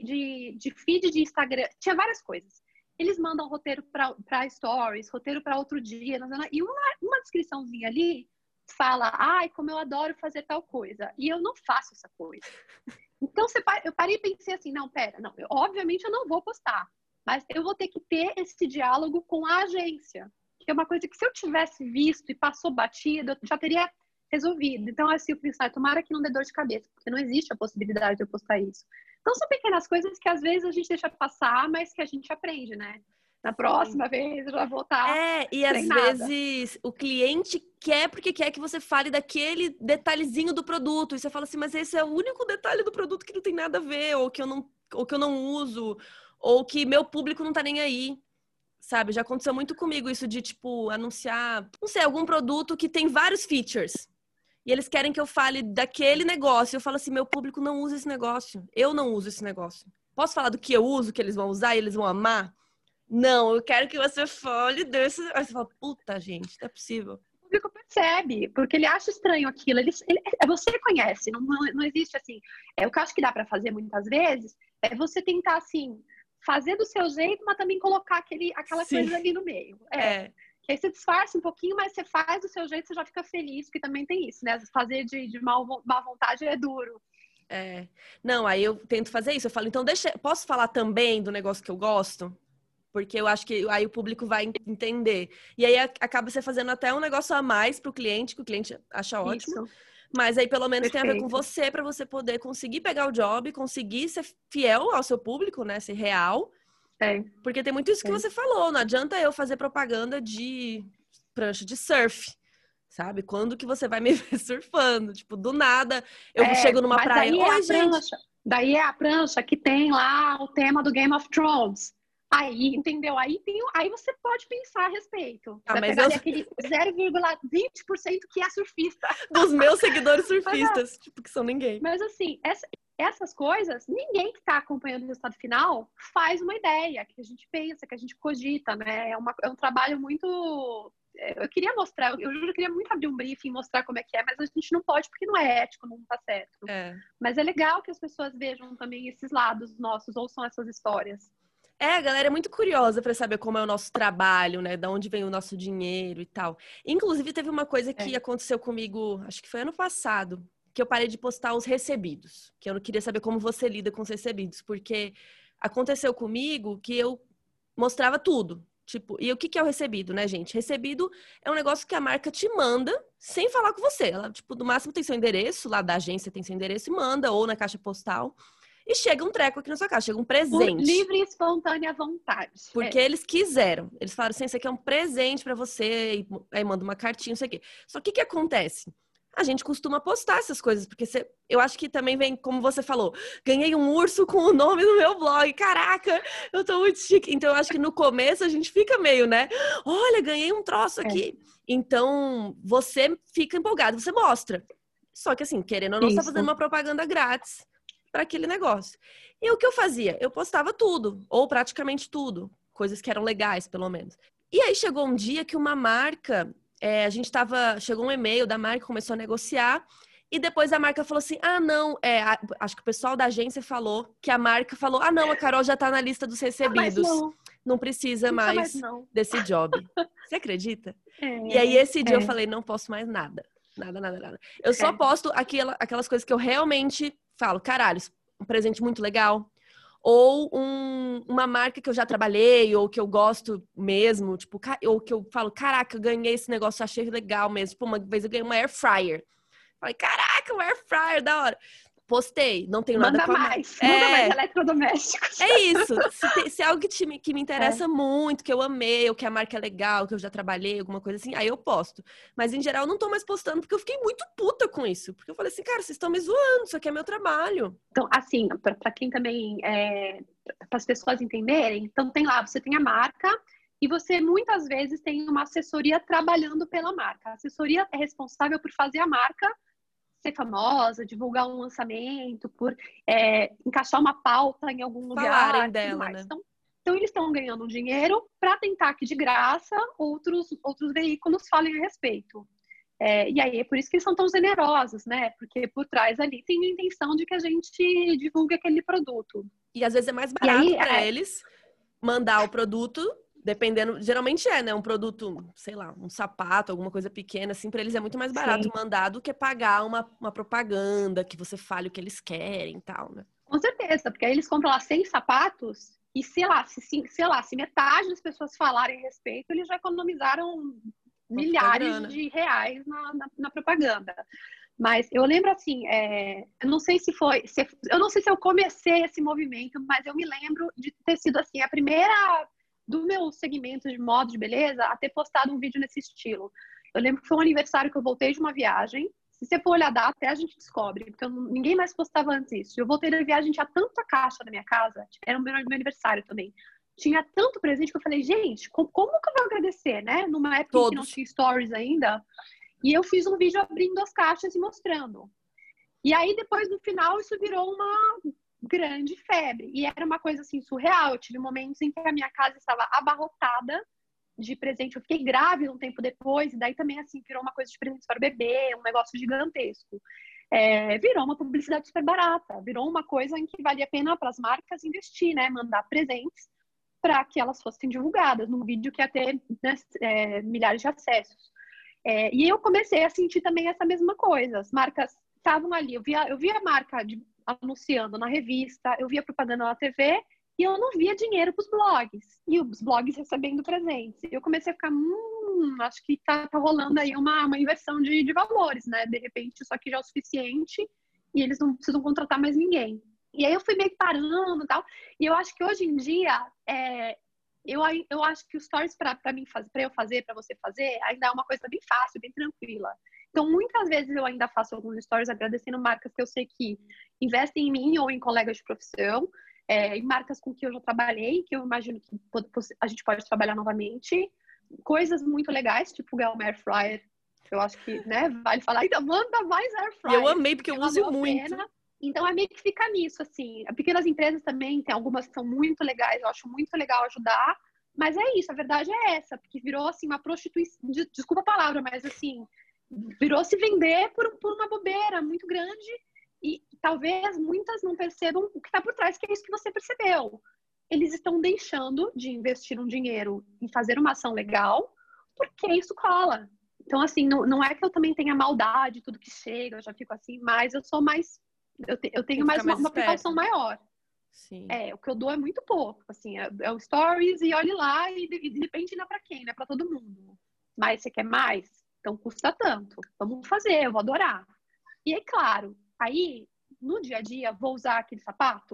de feed de Instagram. Tinha várias coisas. Eles mandam roteiro para stories, roteiro para outro dia, e uma descriçãozinha ali fala, ai, como eu adoro fazer tal coisa. E eu não faço essa coisa. Então eu parei e pensei assim, não, pera, não, obviamente eu não vou postar, mas eu vou ter que ter esse diálogo com a agência, que é uma coisa que se eu tivesse visto e passou batido, eu já teria resolvido. Então, assim, eu pensei, tomara que não dê dor de cabeça, porque não existe a possibilidade de eu postar isso. Então, são pequenas coisas que às vezes a gente deixa passar, mas que a gente aprende, né? Na próxima vez eu já vou estar E às treinada. vezes o cliente quer porque quer que você fale daquele detalhezinho do produto. E você fala assim, mas esse é o único detalhe do produto que não tem nada a ver, ou que eu não uso, ou que meu público não tá nem aí. Sabe? Já aconteceu muito comigo isso de, tipo, anunciar, não sei, algum produto que tem vários features. E eles querem que eu fale daquele negócio. Eu falo assim, meu público não usa esse negócio. Eu não uso esse negócio. Posso falar do que eu uso, que eles vão usar e eles vão amar? Não, eu quero que você fale desse. Aí você fala, puta, gente, não é possível. O público percebe, porque ele acha estranho aquilo. Você conhece, não existe assim. O que eu acho que dá para fazer muitas vezes é você tentar, assim, fazer do seu jeito, mas também colocar aquela Sim. coisa ali no meio. Que aí você disfarça um pouquinho, mas você faz do seu jeito, você já fica feliz, porque também tem isso, né? Fazer de má vontade é duro. Não, aí eu tento fazer isso. Eu falo, então posso falar também do negócio que eu gosto? Porque eu acho que aí o público vai entender. E aí acaba você fazendo até um negócio a mais pro cliente, que o cliente acha ótimo. Isso. Mas aí pelo menos tem a ver com Perfeito. você, para você poder conseguir pegar o job, conseguir ser fiel ao seu público, né? Ser real. Porque tem muito isso que você falou. Não adianta eu fazer propaganda de prancha de surf. Sabe? Quando que você vai me ver surfando? Tipo, do nada, eu chego numa praia. Oi, gente. Daí é a prancha que tem lá o tema do Game of Thrones. Aí, entendeu? Aí você pode pensar a respeito. Vai Mas pegar aquele 0,20% que é surfista. Dos meus seguidores surfistas, tipo, que são ninguém. Mas assim, essas coisas, ninguém que está acompanhando o resultado final faz uma ideia, que a gente pensa, que a gente cogita, né? É um trabalho muito... Eu queria mostrar, eu queria muito abrir um briefing e mostrar como é que é, mas a gente não pode porque não é ético, não tá certo. Mas é legal que as pessoas vejam também esses lados nossos, ouçam essas histórias. A galera é muito curiosa para saber como é o nosso trabalho, né? Da onde vem o nosso dinheiro e tal. Inclusive, teve uma coisa que aconteceu comigo, acho que foi ano passado, que eu parei de postar os recebidos. Que eu não queria saber como você lida com os recebidos, porque aconteceu comigo que eu mostrava tudo. Tipo, e o que é o recebido, né, gente? Recebido é um negócio que a marca te manda sem falar com você. Ela, tipo, no máximo tem seu endereço, lá da agência tem seu endereço e manda, ou na caixa postal. E chega um treco aqui na sua casa, chega um presente. Por livre e espontânea vontade. Porque eles quiseram. Eles falaram assim, isso aqui é um presente pra você, e aí manda uma cartinha, não sei o quê. Só que o que acontece? a gente costuma postar essas coisas, porque eu acho que também vem, como você falou, ganhei um urso com o nome do meu blog, caraca, eu tô muito chique. Então, eu acho que no começo a gente fica meio, né? Olha, ganhei um troço aqui. Então, você fica empolgado, você mostra. Só que assim, querendo ou não, você tá fazendo uma propaganda grátis para aquele negócio. E o que eu fazia? Eu postava tudo, ou praticamente tudo, coisas que eram legais, pelo menos. E aí chegou um dia que uma marca, chegou um e-mail da marca, começou a negociar, e depois a marca falou assim, não, acho que o pessoal da agência falou, que a marca falou, não, a Carol já tá na lista dos recebidos. Não precisa mais desse job. Você acredita? E aí esse dia eu falei, não posso mais nada. Nada. Eu só posto aquelas coisas que eu realmente falo, caralho, um presente muito legal. Ou uma marca que eu já trabalhei, ou que eu gosto mesmo, tipo, ou que eu falo, caraca, eu ganhei esse negócio, achei legal mesmo. Tipo, uma vez eu ganhei uma air fryer. Falei, caraca, uma air fryer, da hora. Postei, não tenho nada com a marca. Manda mais eletrodomésticos. É isso. Se é algo que me interessa muito, que eu amei, ou que a marca é legal, que eu já trabalhei, alguma coisa assim, aí eu posto. Mas, em geral, eu não tô mais postando, porque eu fiquei muito puta com isso. Porque eu falei assim, cara, vocês estão me zoando, isso aqui é meu trabalho. Então, assim, para quem também, para as pessoas entenderem, então tem lá, você tem a marca e você muitas vezes tem uma assessoria trabalhando pela marca. A assessoria é responsável por fazer a marca ser famosa, divulgar um lançamento, por encaixar uma pauta em algum lugar. Falarem dela, né? Então eles estão ganhando dinheiro para tentar que de graça outros veículos falem a respeito. E aí é por isso que eles são tão generosos, né? Porque por trás ali tem a intenção de que a gente divulgue aquele produto. E às vezes é mais barato para eles mandar o produto, dependendo, geralmente né? Um produto, sei lá, um sapato, alguma coisa pequena, assim, para eles é muito mais barato mandar do que pagar uma propaganda que você fale o que eles querem e tal, né? Com certeza, porque aí eles compram lá 100 sapatos e, sei lá, se metade das pessoas falarem a respeito, eles já economizaram milhares de reais na propaganda. Mas eu lembro assim, eu não sei se eu comecei esse movimento, mas eu me lembro de ter sido assim, a primeira do meu segmento de moda de beleza a ter postado um vídeo nesse estilo. Eu lembro que foi um aniversário que eu voltei de uma viagem. Se você for olhar a data, até a gente descobre, porque ninguém mais postava antes isso. Eu voltei da viagem, tinha tanta caixa na minha casa, era o meu aniversário também. Tinha tanto presente que eu falei, gente, como que eu vou agradecer, né? Numa época em que não tinha stories ainda. E eu fiz um vídeo abrindo as caixas e mostrando. E aí, depois, no final, isso virou uma grande febre. E era uma coisa, assim, surreal. Eu tive momentos em que a minha casa estava abarrotada de presente. Eu fiquei grávida um tempo depois. E daí também, assim, virou uma coisa de presente para o bebê, um negócio gigantesco. Virou uma publicidade super barata. Virou uma coisa em que valia a pena para as marcas investir, né? Mandar presentes para que elas fossem divulgadas num vídeo que ia ter, né, milhares de acessos. E eu comecei a sentir também essa mesma coisa. As marcas estavam ali. Eu via a marca anunciando na revista, eu via propaganda na TV e eu não via dinheiro para os blogs. E os blogs recebendo presentes. Eu comecei a ficar, acho que tá rolando aí uma inversão de valores, né? De repente, isso aqui já é o suficiente e eles não precisam contratar mais ninguém. E aí eu fui meio parando e tal. E eu acho que hoje em dia, eu acho que os stories para eu fazer, para você fazer, ainda é uma coisa bem fácil, bem tranquila. Então, muitas vezes eu ainda faço alguns stories agradecendo marcas que eu sei que investem em mim ou em colegas de profissão, em marcas com que eu já trabalhei, que eu imagino que a gente pode trabalhar novamente. Coisas muito legais, tipo o Air Fryer. Eu acho que, né, vale falar, ainda manda mais Air Fryer. Eu amei, porque eu uso muito. Então, é meio que fica nisso, assim. Pequenas empresas também, tem algumas que são muito legais, eu acho muito legal ajudar. Mas é isso, a verdade é essa. Porque virou, assim, uma prostituição... Desculpa a palavra, mas, assim, virou se vender por uma bobeira muito grande. E talvez muitas não percebam o que está por trás, que é isso que você percebeu. Eles estão deixando de investir um dinheiro em fazer uma ação legal, porque isso cola. Então, assim, não é que eu também tenha maldade, tudo que chega, eu já fico assim, mas eu sou mais... Eu tenho mais uma precaução maior. Sim. O que eu dou é muito pouco. Assim, é o stories e olhe lá e depende não é pra quem, não é pra todo mundo. Mas você quer mais? Então custa tanto. Vamos fazer, eu vou adorar. E é claro, aí no dia a dia vou usar aquele sapato?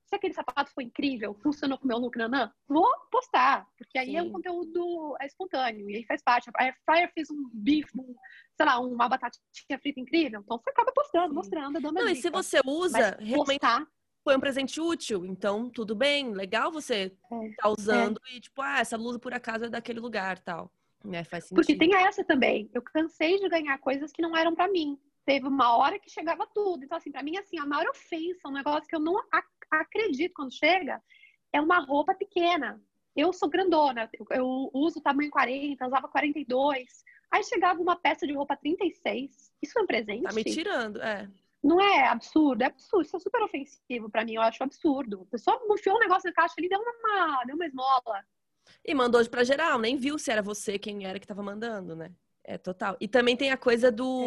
se aquele sapato foi incrível, funcionou com o meu look, nanã, vou postar, porque aí é um conteúdo espontâneo, e aí faz parte. A Air Fryer fez um bife, sei lá, uma batatinha frita incrível, então você acaba postando, mostrando, dando a Não, dica. e se você usa, mas realmente postar, foi um presente útil, então tudo bem, legal você tá usando e tipo, essa blusa por acaso é daquele lugar, tal. Faz porque sentido. tem essa também, eu cansei de ganhar coisas que não eram pra mim. Teve uma hora que chegava tudo. Então, assim, pra mim, assim, a maior ofensa, um negócio que eu não acredito quando chega, é uma roupa pequena. Eu sou grandona, eu uso tamanho 40, usava 42. Aí chegava uma peça de roupa 36. Isso é um presente? Tá me tirando, Não é absurdo? É absurdo. Isso é super ofensivo pra mim, eu acho absurdo. A pessoa enfiou um negócio na caixa ali, deu uma esmola. E mandou hoje pra geral, nem viu se era você quem era que tava mandando, né? É total. E também tem a coisa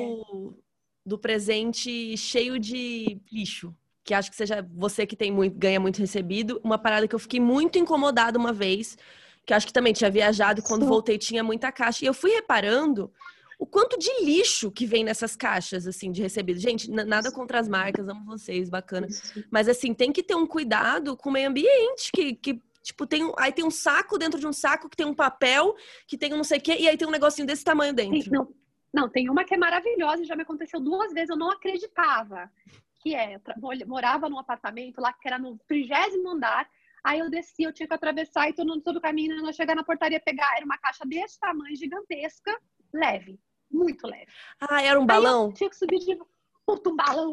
do presente cheio de lixo. Que acho que seja você que tem muito, ganha muito recebido. Uma parada que eu fiquei muito incomodada uma vez, que acho que também tinha viajado, quando voltei tinha muita caixa. E eu fui reparando o quanto de lixo que vem nessas caixas, assim, de recebido. Gente, nada contra as marcas, amo vocês, bacana. Mas, assim, tem que ter um cuidado com o meio ambiente, que tipo, aí tem um saco dentro de um saco, que tem um papel, que tem um não sei o quê, e aí tem um negocinho desse tamanho dentro. Não, tem uma que é maravilhosa e já me aconteceu 2 vezes, eu não acreditava. Que eu morava num apartamento lá que era no 30º andar, aí eu desci, eu tinha que atravessar e todo o caminho, não chegar na portaria, pegar, era uma caixa desse tamanho, gigantesca, leve, muito leve. Ah, era um balão? Aí eu tinha que subir de puta, um balão,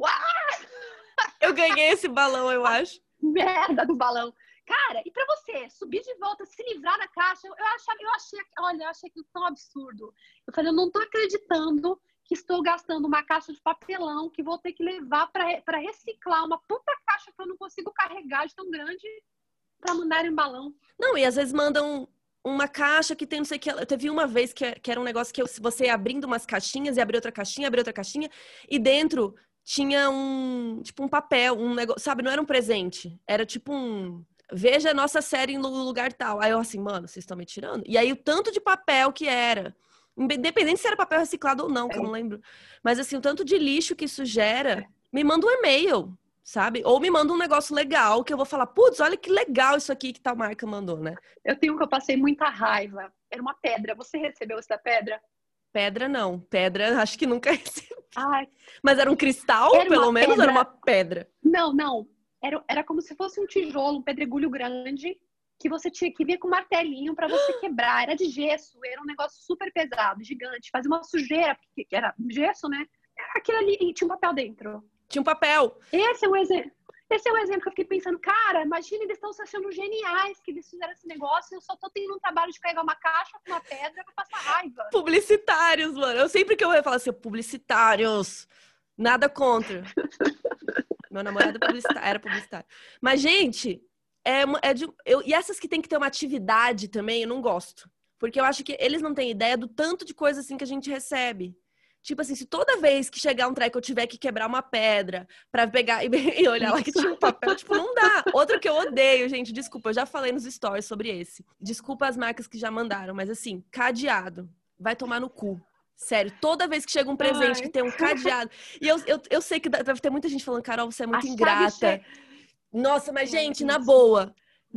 Eu ganhei esse balão, eu acho. merda do balão. Cara, e pra você subir de volta, se livrar da caixa, eu achei aquilo tão absurdo. Eu falei, eu não tô acreditando que estou gastando uma caixa de papelão que vou ter que levar para reciclar uma puta caixa que eu não consigo carregar de tão grande para mandar em balão. Não, e às vezes mandam uma caixa que tem não sei o que. Eu teve uma vez que era um negócio que você ia abrindo umas caixinhas e abria outra caixinha, e dentro tinha tipo um papel, um negócio, sabe? Não era um presente, era tipo veja a nossa série no lugar tal. Aí eu assim, mano, vocês estão me tirando? E aí o tanto de papel que era. Independente se era papel reciclado ou não, que eu não lembro. Mas assim, o tanto de lixo que isso gera, me manda um e-mail, sabe? Ou me manda um negócio legal, que eu vou falar, putz, olha que legal isso aqui que tal marca mandou, né? Eu tenho que eu passei muita raiva. Era uma pedra. Você recebeu essa pedra? Pedra não. Pedra, acho que nunca recebi. Ai, Mas era um cristal, pelo menos, era uma pedra? Não. Era como se fosse um tijolo, um pedregulho grande, que você tinha que vir com um martelinho para você quebrar. Era de gesso, era um negócio super pesado, gigante. Fazia uma sujeira, porque era gesso, né? Aquilo ali, e tinha um papel dentro. Tinha um papel. Esse é um exemplo. Esse é um exemplo que eu fiquei pensando, cara, imagina, eles estão se achando geniais que eles fizeram esse negócio e eu só tô tendo um trabalho de carregar uma caixa com uma pedra pra passar raiva. Publicitários, mano. Eu sempre que eu ia falar assim, publicitários. Nada contra. Meu namorado era publicitário. Mas, gente, e essas que tem que ter uma atividade também, eu não gosto. Porque eu acho que eles não têm ideia do tanto de coisa assim que a gente recebe. Tipo assim, se toda vez que chegar um treco eu tiver que quebrar uma pedra pra pegar e olhar lá que tinha um papel, tipo, não dá. Outro que eu odeio, gente, desculpa, eu já falei nos stories sobre esse. Desculpa as marcas que já mandaram, mas assim, cadeado. Vai tomar no cu. Sério, toda vez que chega um presente que tem um cadeado. E eu sei que deve ter muita gente falando, Carol, você é muito ingrata. Nossa, mas, gente, na boa,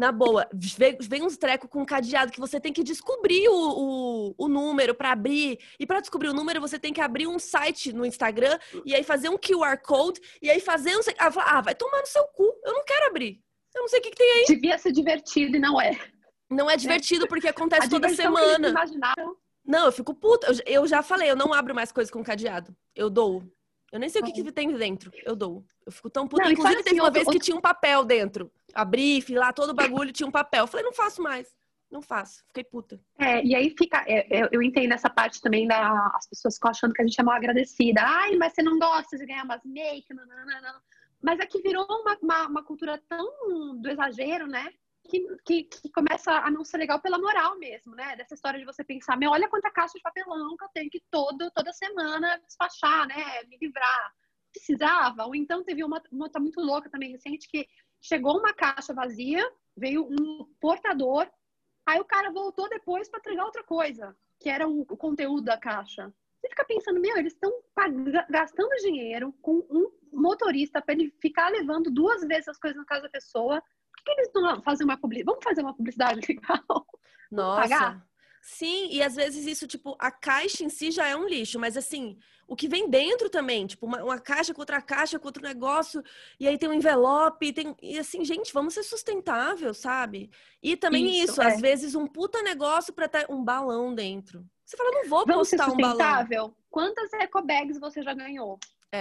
vem uns trecos com cadeado que você tem que descobrir o número pra abrir. E pra descobrir o número, você tem que abrir um site no Instagram e aí fazer um QR Code e aí fazer um... vai tomar no seu cu. Eu não quero abrir. Eu não sei o que tem aí. Devia ser divertido e não é. Não é divertido porque acontece toda semana. Não, eu fico puta. Eu já falei, eu não abro mais coisas com cadeado. Eu dou. Eu nem sei o que tem dentro. Eu dou. Eu fico tão puta. Não, inclusive, teve uma vez que tinha um papel dentro. Abri, fiz lá todo o bagulho, tinha um papel. Eu falei, não faço mais. Não faço. Fiquei puta. E aí fica... eu entendo essa parte também das pessoas ficam achando que a gente é mal agradecida. Ai, mas você não gosta de ganhar umas make, não. Mas é que virou uma cultura tão do exagero, né? Que começa a não ser legal pela moral mesmo, né? Dessa história de você pensar, olha quanta caixa de papelão que eu tenho que toda semana despachar, né? Me livrar. Precisava. Ou então teve uma tá muito louca também recente que chegou uma caixa vazia, veio um portador, aí o cara voltou depois para entregar outra coisa, que era o conteúdo da caixa. Você fica pensando, eles estão gastando dinheiro com um motorista para ele ficar levando 2 vezes as coisas na casa da pessoa. Por que eles não fazem uma publicidade? Vamos fazer uma publicidade legal? Vamos pagar? Nossa. Sim, e às vezes isso, tipo, a caixa em si já é um lixo, mas assim, o que vem dentro também, tipo, uma caixa com outra caixa, com outro negócio, e aí tem um envelope, e assim, gente, vamos ser sustentável, sabe? E também isso, às vezes um puta negócio pra ter um balão dentro. Você fala, não vou Vamos ser postar um balão. sustentável? Quantas ecobags você já ganhou?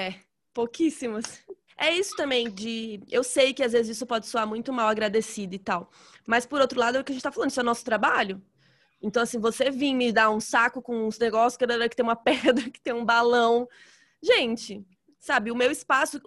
Pouquíssimas. É isso também de... Eu sei que às vezes isso pode soar muito mal agradecido e tal, mas por outro lado é o que a gente tá falando, isso é nosso trabalho. Então, assim, você vir me dar um saco com uns negócios que tem uma pedra, que tem um balão. Gente, sabe, o meu espaço,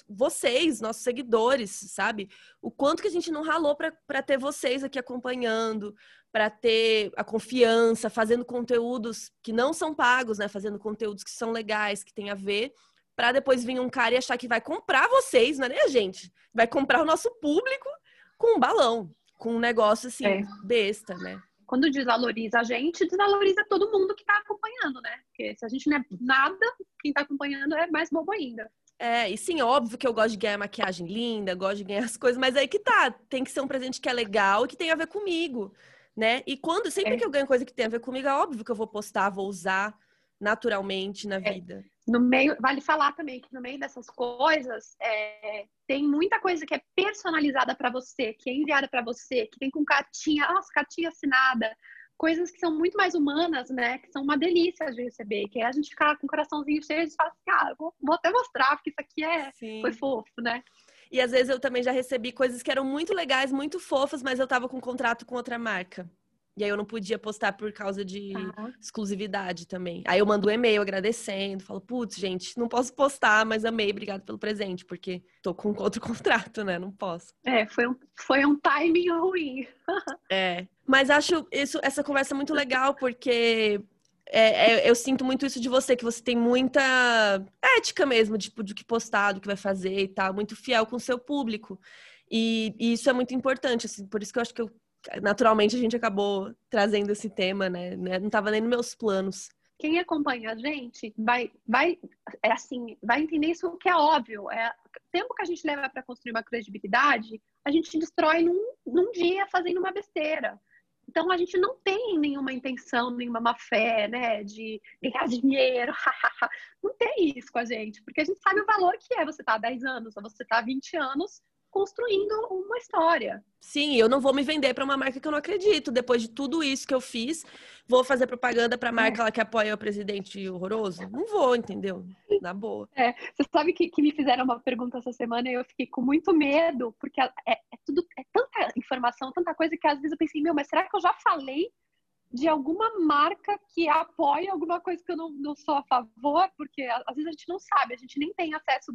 vocês, nossos seguidores, sabe? O quanto que a gente não ralou pra ter vocês aqui acompanhando, pra ter a confiança, fazendo conteúdos que não são pagos, né? Fazendo conteúdos que são legais, que tem a ver, pra depois vir um cara e achar que vai comprar vocês, não é nem a gente. Vai comprar o nosso público com um balão, com um negócio, assim, besta, né? Quando desvaloriza a gente, desvaloriza todo mundo que tá acompanhando, né? Porque se a gente não é nada, quem tá acompanhando é mais bobo ainda. E sim, óbvio que eu gosto de ganhar maquiagem linda, gosto de ganhar as coisas, mas aí que tá, tem que ser um presente que é legal e que tem a ver comigo, né? E sempre que eu ganho coisa que tem a ver comigo, é óbvio que eu vou postar, vou usar naturalmente na vida. No meio, vale falar também que no meio dessas coisas tem muita coisa que é personalizada para você, que é enviada para você, que tem com cartinha, cartinha assinada, coisas que são muito mais humanas, né? Que são uma delícia de receber, que é a gente ficar com o coraçãozinho cheio e falar assim, vou até mostrar, porque isso aqui foi fofo, né? E às vezes eu também já recebi coisas que eram muito legais, muito fofas, mas eu tava com contrato com outra marca. E aí eu não podia postar por causa de exclusividade também. Aí eu mando um e-mail agradecendo, falo, putz, gente, não posso postar, mas amei, obrigado pelo presente, porque tô com outro contrato, né? Não posso. Foi um timing ruim. Mas acho essa conversa muito legal, porque eu sinto muito isso de você, que você tem muita ética mesmo, tipo, do que postar, do que vai fazer e tal, muito fiel com o seu público. E isso é muito importante, assim, por isso que eu acho que naturalmente a gente acabou trazendo esse tema, né? Não estava nem nos meus planos. Quem acompanha a gente vai entender isso que é óbvio. O tempo que a gente leva para construir uma credibilidade, a gente destrói num dia fazendo uma besteira. Então, a gente não tem nenhuma intenção, nenhuma má fé, né? De ganhar dinheiro. Não tem isso com a gente. Porque a gente sabe o valor que é você estar há 10 anos ou você estar há 20 anos construindo uma história. Sim, eu não vou me vender para uma marca que eu não acredito. Depois de tudo isso que eu fiz, vou fazer propaganda para a marca lá que apoia o presidente horroroso? Não vou, entendeu? Na boa. Você sabe que me fizeram uma pergunta essa semana e eu fiquei com muito medo, porque é tanta informação, tanta coisa que às vezes eu pensei, mas será que eu já falei de alguma marca que apoia alguma coisa que eu não sou a favor? Porque às vezes a gente não sabe, a gente nem tem acesso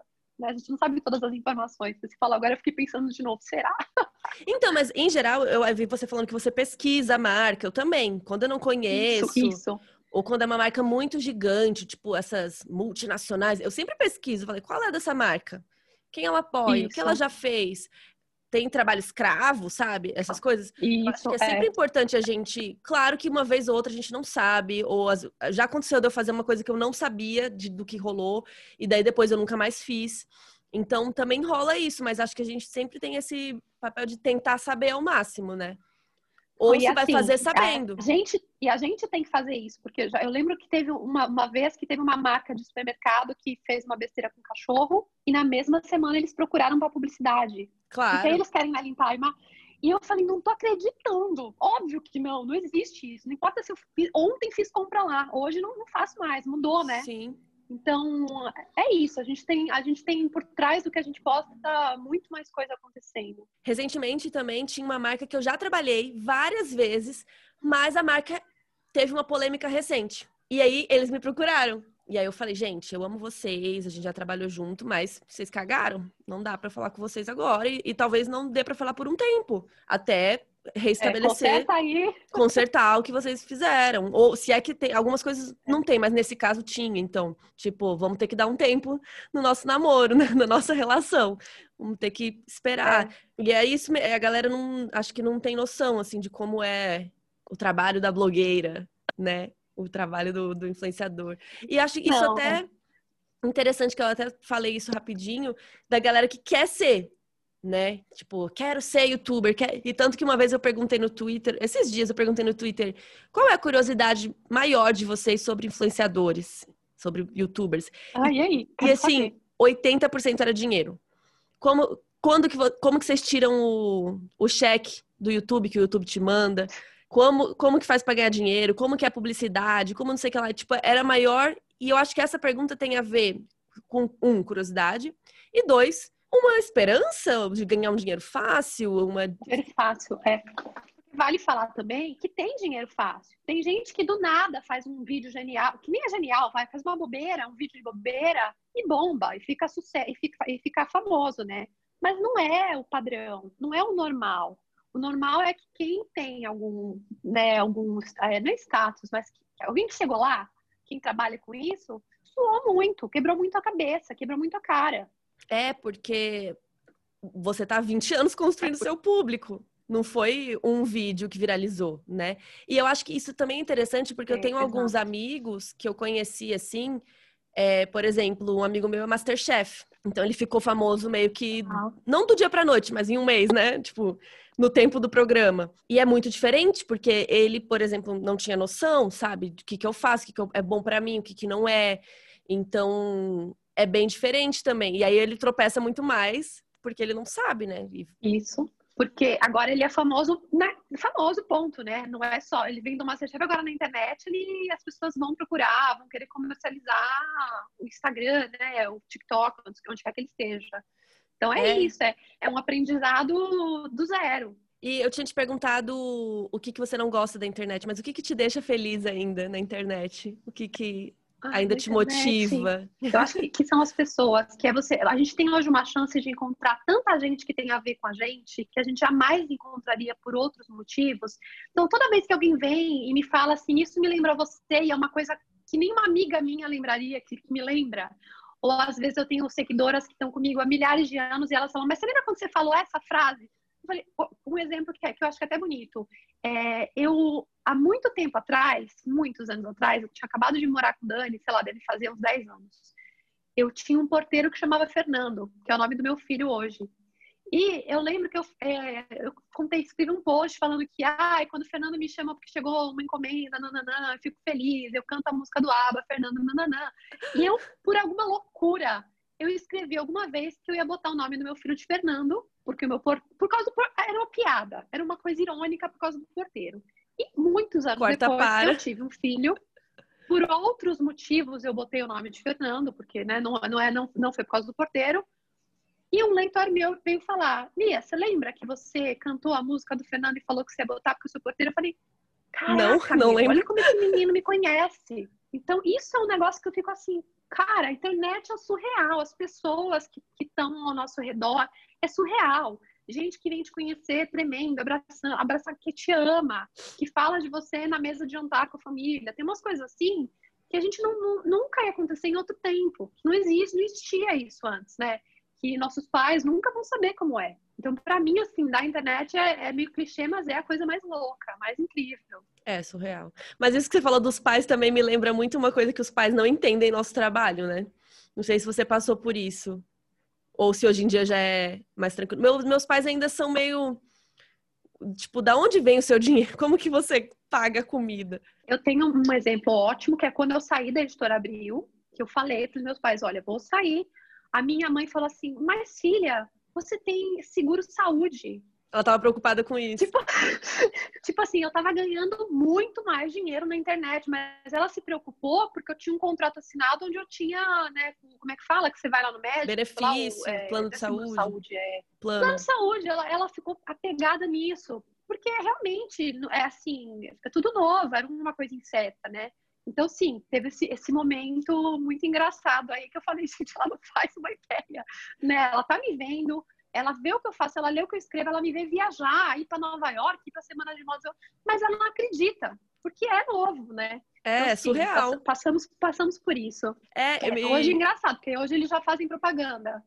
a gente não sabe todas as informações. Você fala agora, eu fiquei pensando de novo, será? Então, mas em geral, eu vi você falando que você pesquisa a marca, eu também. Quando eu não conheço, isso. Ou quando é uma marca muito gigante, tipo essas multinacionais, eu sempre pesquiso, falei, qual é dessa marca? Quem ela apoia? O que ela já fez? Tem trabalho escravo, sabe? Essas coisas. Isso, acho que é sempre importante a gente... Claro que uma vez ou outra a gente não sabe, ou já aconteceu de eu fazer uma coisa que eu não sabia do que rolou, e daí depois eu nunca mais fiz. Então também rola isso, mas acho que a gente sempre tem esse papel de tentar saber ao máximo, né? Ou se vai fazer sabendo. A gente tem que fazer isso, porque eu lembro que teve uma vez que teve uma marca de supermercado que fez uma besteira com cachorro e na mesma semana eles procuraram para publicidade. Claro. Porque eles querem limpar a imagem. E eu falei, não tô acreditando. Óbvio que não existe isso. Não importa se ontem fiz compra lá, hoje não faço mais, mudou, né? Sim. Então, é isso. A gente tem por trás do que a gente posta muito mais coisa acontecendo. Recentemente também tinha uma marca que eu já trabalhei várias vezes, mas a marca teve uma polêmica recente. E aí eles me procuraram. E aí eu falei, gente, eu amo vocês, a gente já trabalhou junto, mas vocês cagaram. Não dá pra falar com vocês agora e talvez não dê pra falar por um tempo. Até reestabelecer, consertar o que vocês fizeram. Ou se é que tem, algumas coisas não tem, mas nesse caso tinha. Então, tipo, vamos ter que dar um tempo no nosso namoro, né? Na nossa relação. Vamos ter que esperar. E é isso, a galera acho que não tem noção, assim, de como é o trabalho da blogueira, né? O trabalho do influenciador. E acho que isso até interessante que eu até falei isso rapidinho, da galera que quer ser, né? Tipo, quero ser youtuber. E tanto que uma vez eu perguntei no Twitter, esses dias eu perguntei no Twitter, qual é a curiosidade maior de vocês sobre influenciadores, sobre youtubers? E aí? E Quero assim, saber. 80% era dinheiro. Como que vocês tiram o cheque do YouTube, que o YouTube te manda? Como que faz pra ganhar dinheiro? Como que é a publicidade? Como não sei o que lá. Tipo, era maior. E eu acho que essa pergunta tem a ver com, curiosidade. E dois, uma esperança de ganhar um dinheiro fácil, Dinheiro fácil, é. Vale falar também que tem dinheiro fácil. Tem gente que do nada faz um vídeo genial, que nem é genial, faz uma bobeira, um vídeo de bobeira e bomba, e fica sucesso, e fica famoso, né? Mas não é o padrão, não é o normal. O normal é que quem tem algum, né, não é status, mas alguém que chegou lá, quem trabalha com isso, suou muito, quebrou muito a cabeça, quebrou muito a cara. É, porque você tá há 20 anos construindo seu público. Não foi um vídeo que viralizou, né? E eu acho que isso também é interessante porque eu tenho alguns Exato. amigos que eu conheci assim, por exemplo, um amigo meu é MasterChef. Então ele ficou famoso meio que, não do dia pra noite, mas em um mês, né? Tipo, no tempo do programa. E é muito diferente porque ele, por exemplo, não tinha noção, sabe? Do que eu faço, o que é bom pra mim, o que não é. Então, é bem diferente também. E aí ele tropeça muito mais porque ele não sabe, né? Isso. Porque agora ele é famoso, né? Famoso, ponto, né? Não é só. Ele vem do MasterChef agora na internet, as pessoas vão procurar, vão querer comercializar o Instagram, né? O TikTok, onde quer que ele esteja. Então isso, é um aprendizado do zero. E eu tinha te perguntado o que você não gosta da internet, mas o que te deixa feliz ainda na internet? O que ainda Na te internet, motiva? eu acho que são as pessoas, que é você. A gente tem hoje uma chance de encontrar tanta gente que tem a ver com a gente, que a gente jamais encontraria por outros motivos. Então, toda vez que alguém vem e me fala assim, isso me lembra você, e é uma coisa que nenhuma amiga minha lembraria, que me lembra. Ou às vezes eu tenho seguidoras que estão comigo há milhares de anos e elas falam, mas você lembra quando você falou essa frase? Eu falei, um exemplo que eu acho que é até bonito. Eu, há muito tempo atrás, muitos anos atrás, eu tinha acabado de morar com o Dani, sei lá, deve fazer uns 10 anos. Eu tinha um porteiro que chamava Fernando, que é o nome do meu filho hoje. E eu lembro que eu escrevi um post falando que quando o Fernando me chama porque chegou uma encomenda, nananã, eu fico feliz, eu canto a música do ABBA, Fernando, nananã. E eu, por alguma loucura, eu escrevi alguma vez que eu ia botar o nome do meu filho de Fernando, porque era uma piada, era uma coisa irônica por causa do porteiro. E muitos anos depois eu tive um filho. Por outros motivos eu botei o nome de Fernando, porque né, não foi por causa do porteiro. E um leitor meu veio falar, Mia, você lembra que você cantou a música do Fernando e falou que você ia botar porque o seu porteiro? Eu falei, caraca, não meu, lembro. olha como esse menino me conhece. Então, isso é um negócio que eu fico assim, cara, a internet é surreal, as pessoas que estão ao nosso redor, é surreal. Gente que vem te conhecer tremendo, abraçar que te ama, que fala de você na mesa de jantar com a família. Tem umas coisas assim que a gente nunca ia acontecer em outro tempo. Não existia isso antes, né? Que nossos pais nunca vão saber como é. Então, para mim, assim, da internet é meio clichê, mas é a coisa mais louca, mais incrível. É surreal. Mas isso que você falou dos pais também me lembra muito uma coisa que os pais não entendem nosso trabalho, né? Não sei se você passou por isso. Ou se hoje em dia já é mais tranquilo. Meus pais ainda são meio... Tipo, da onde vem o seu dinheiro? Como que você paga a comida? Eu tenho um exemplo ótimo, que é quando eu saí da Editora Abril, que eu falei para os meus pais, olha, vou sair. A minha mãe falou assim, mas filha, você tem seguro-saúde. Ela tava preocupada com isso. Tipo assim, eu tava ganhando muito mais dinheiro na internet, mas ela se preocupou porque eu tinha um contrato assinado onde eu tinha, né, como é que fala? Que você vai lá no médico? Benefício, lá, plano de saúde. Plano de saúde, ela ficou apegada nisso, porque realmente, é assim, é tudo novo, era uma coisa incerta, né? Então, sim, teve esse momento muito engraçado aí que eu falei, gente, ela não faz uma ideia, né? Ela tá me vendo, ela vê o que eu faço, ela lê o que eu escrevo, ela me vê viajar, ir para Nova York, ir para Semana de Modas, mas ela não acredita, porque é novo, né? É, então, assim, surreal. Passamos por isso. Hoje é engraçado, porque hoje eles já fazem propaganda.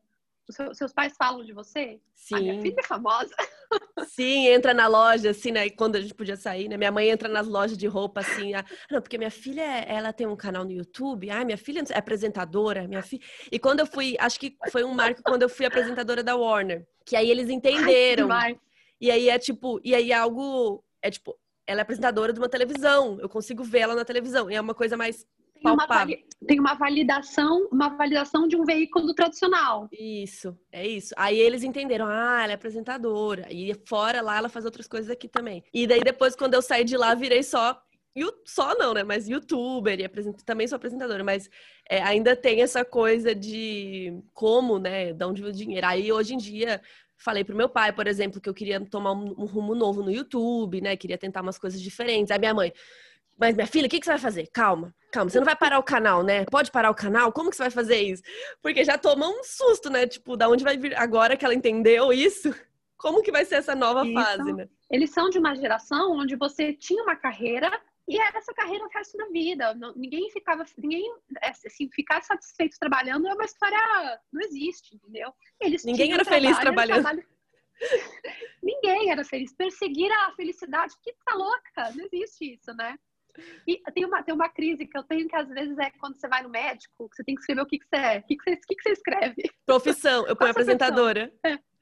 Seus pais falam de você? Sim. A minha filha é famosa. Sim, entra na loja, assim, né? Quando a gente podia sair, né? Minha mãe entra nas lojas de roupa, assim. Não, porque minha filha, ela tem um canal no YouTube. Ah, minha filha é apresentadora. Minha filha... E quando eu fui, acho que foi um marco quando eu fui apresentadora da Warner. Que aí eles entenderam. Ai, E aí é tipo, tipo, ela é apresentadora de uma televisão. Eu consigo ver ela na televisão. E é uma coisa mais palpável. Tem uma validação de um veículo tradicional. Isso, é isso. Aí eles entenderam, ela é apresentadora. E fora lá, ela faz outras coisas aqui também. E daí depois, quando eu saí de lá, virei só não, né? Mas youtuber e também sou apresentadora. Mas ainda tem essa coisa de como, né? De onde veio o dinheiro. Aí, hoje em dia, falei pro meu pai, por exemplo, que eu queria tomar um rumo novo no YouTube, né? Queria tentar umas coisas diferentes. Aí minha mãe... Mas, minha filha, o que você vai fazer? Calma, você não vai parar o canal, né? Pode parar o canal? Como que você vai fazer isso? Porque já toma um susto, né? Tipo, da onde vai vir agora que ela entendeu isso? Como que vai ser essa nova fase, né? Eles são de uma geração onde você tinha uma carreira e era essa carreira o resto da vida. Assim, ficar satisfeito trabalhando é uma história, não existe, entendeu? Ninguém era feliz trabalhando. Ninguém era feliz. Perseguir a felicidade, que tá louca, não existe isso, né? E tem uma crise que eu tenho que às vezes é quando você vai no médico, que você tem que escrever o que você é. O que você escreve? Profissão, eu ponho apresentadora.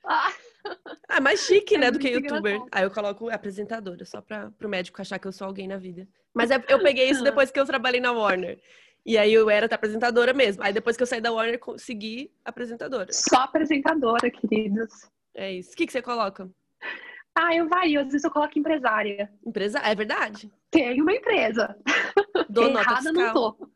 É mais chique, né, do que youtuber. Engraçado. Aí eu coloco apresentadora, só pro médico achar que eu sou alguém na vida. Mas eu peguei isso depois que eu trabalhei na Warner. E aí eu era apresentadora mesmo. Aí depois que eu saí da Warner, consegui apresentadora. Só apresentadora, queridos. É isso. O que você coloca? Eu vario. Às vezes eu coloco empresária. É verdade. Tenho uma empresa. Dou nota Errada fiscal. não tô.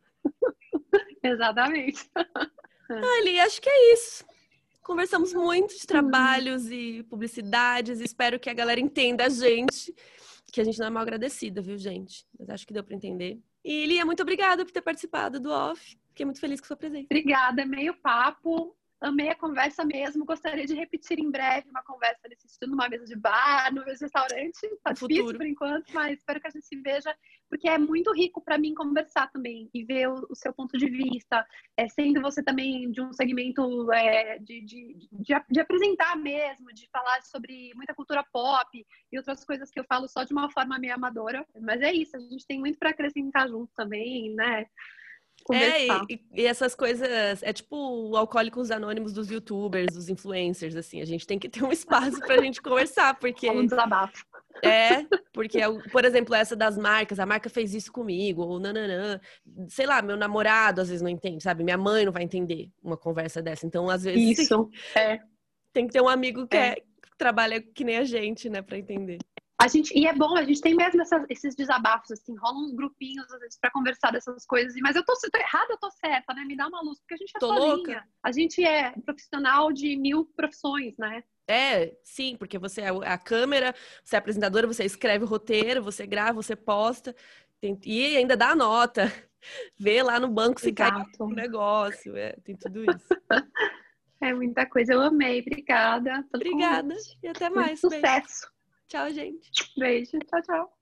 Exatamente. Ali, acho que é isso. Conversamos muito de trabalhos e publicidades. Espero que a galera entenda a gente. Que a gente não é mal agradecida, viu, gente? Mas acho que deu pra entender. E, Lia, muito obrigada por ter participado do Off. Fiquei muito feliz com a sua presença. Obrigada, meio papo. Amei a conversa mesmo. Gostaria de repetir em breve uma conversa desse estilo, numa mesa de bar, num restaurante. Tá difícil por enquanto, mas espero que a gente se veja, porque é muito rico para mim conversar também e ver o seu ponto de vista, sendo você também de um segmento de apresentar mesmo, de falar sobre muita cultura pop e outras coisas que eu falo só de uma forma meio amadora. Mas é isso, a gente tem muito para acrescentar junto também, né? E essas coisas, é tipo o Alcoólicos Anônimos dos YouTubers, dos influencers, assim, a gente tem que ter um espaço pra gente conversar, porque... Um desabafo. Porque, por exemplo, essa das marcas, a marca fez isso comigo, ou nananã, sei lá, meu namorado às vezes não entende, sabe? Minha mãe não vai entender uma conversa dessa, então às vezes... Isso, tem que ter um amigo que trabalha que nem a gente, né, pra entender. E é bom, a gente tem mesmo esses desabafos, assim, rolam uns grupinhos, às vezes, pra conversar dessas coisas. Mas eu tô errada, eu tô certa, né? Me dá uma luz, porque a gente é sozinha. Louca. A gente é profissional de 1000 profissões, né? Sim, porque você é a câmera, você é apresentadora, você escreve o roteiro, você grava, você posta, e ainda dá a nota. Vê lá no banco se cai o negócio, tem tudo isso. É muita coisa, eu amei, obrigada. Obrigada, e até mais. Sucesso. Tchau, gente. Beijo, tchau, tchau.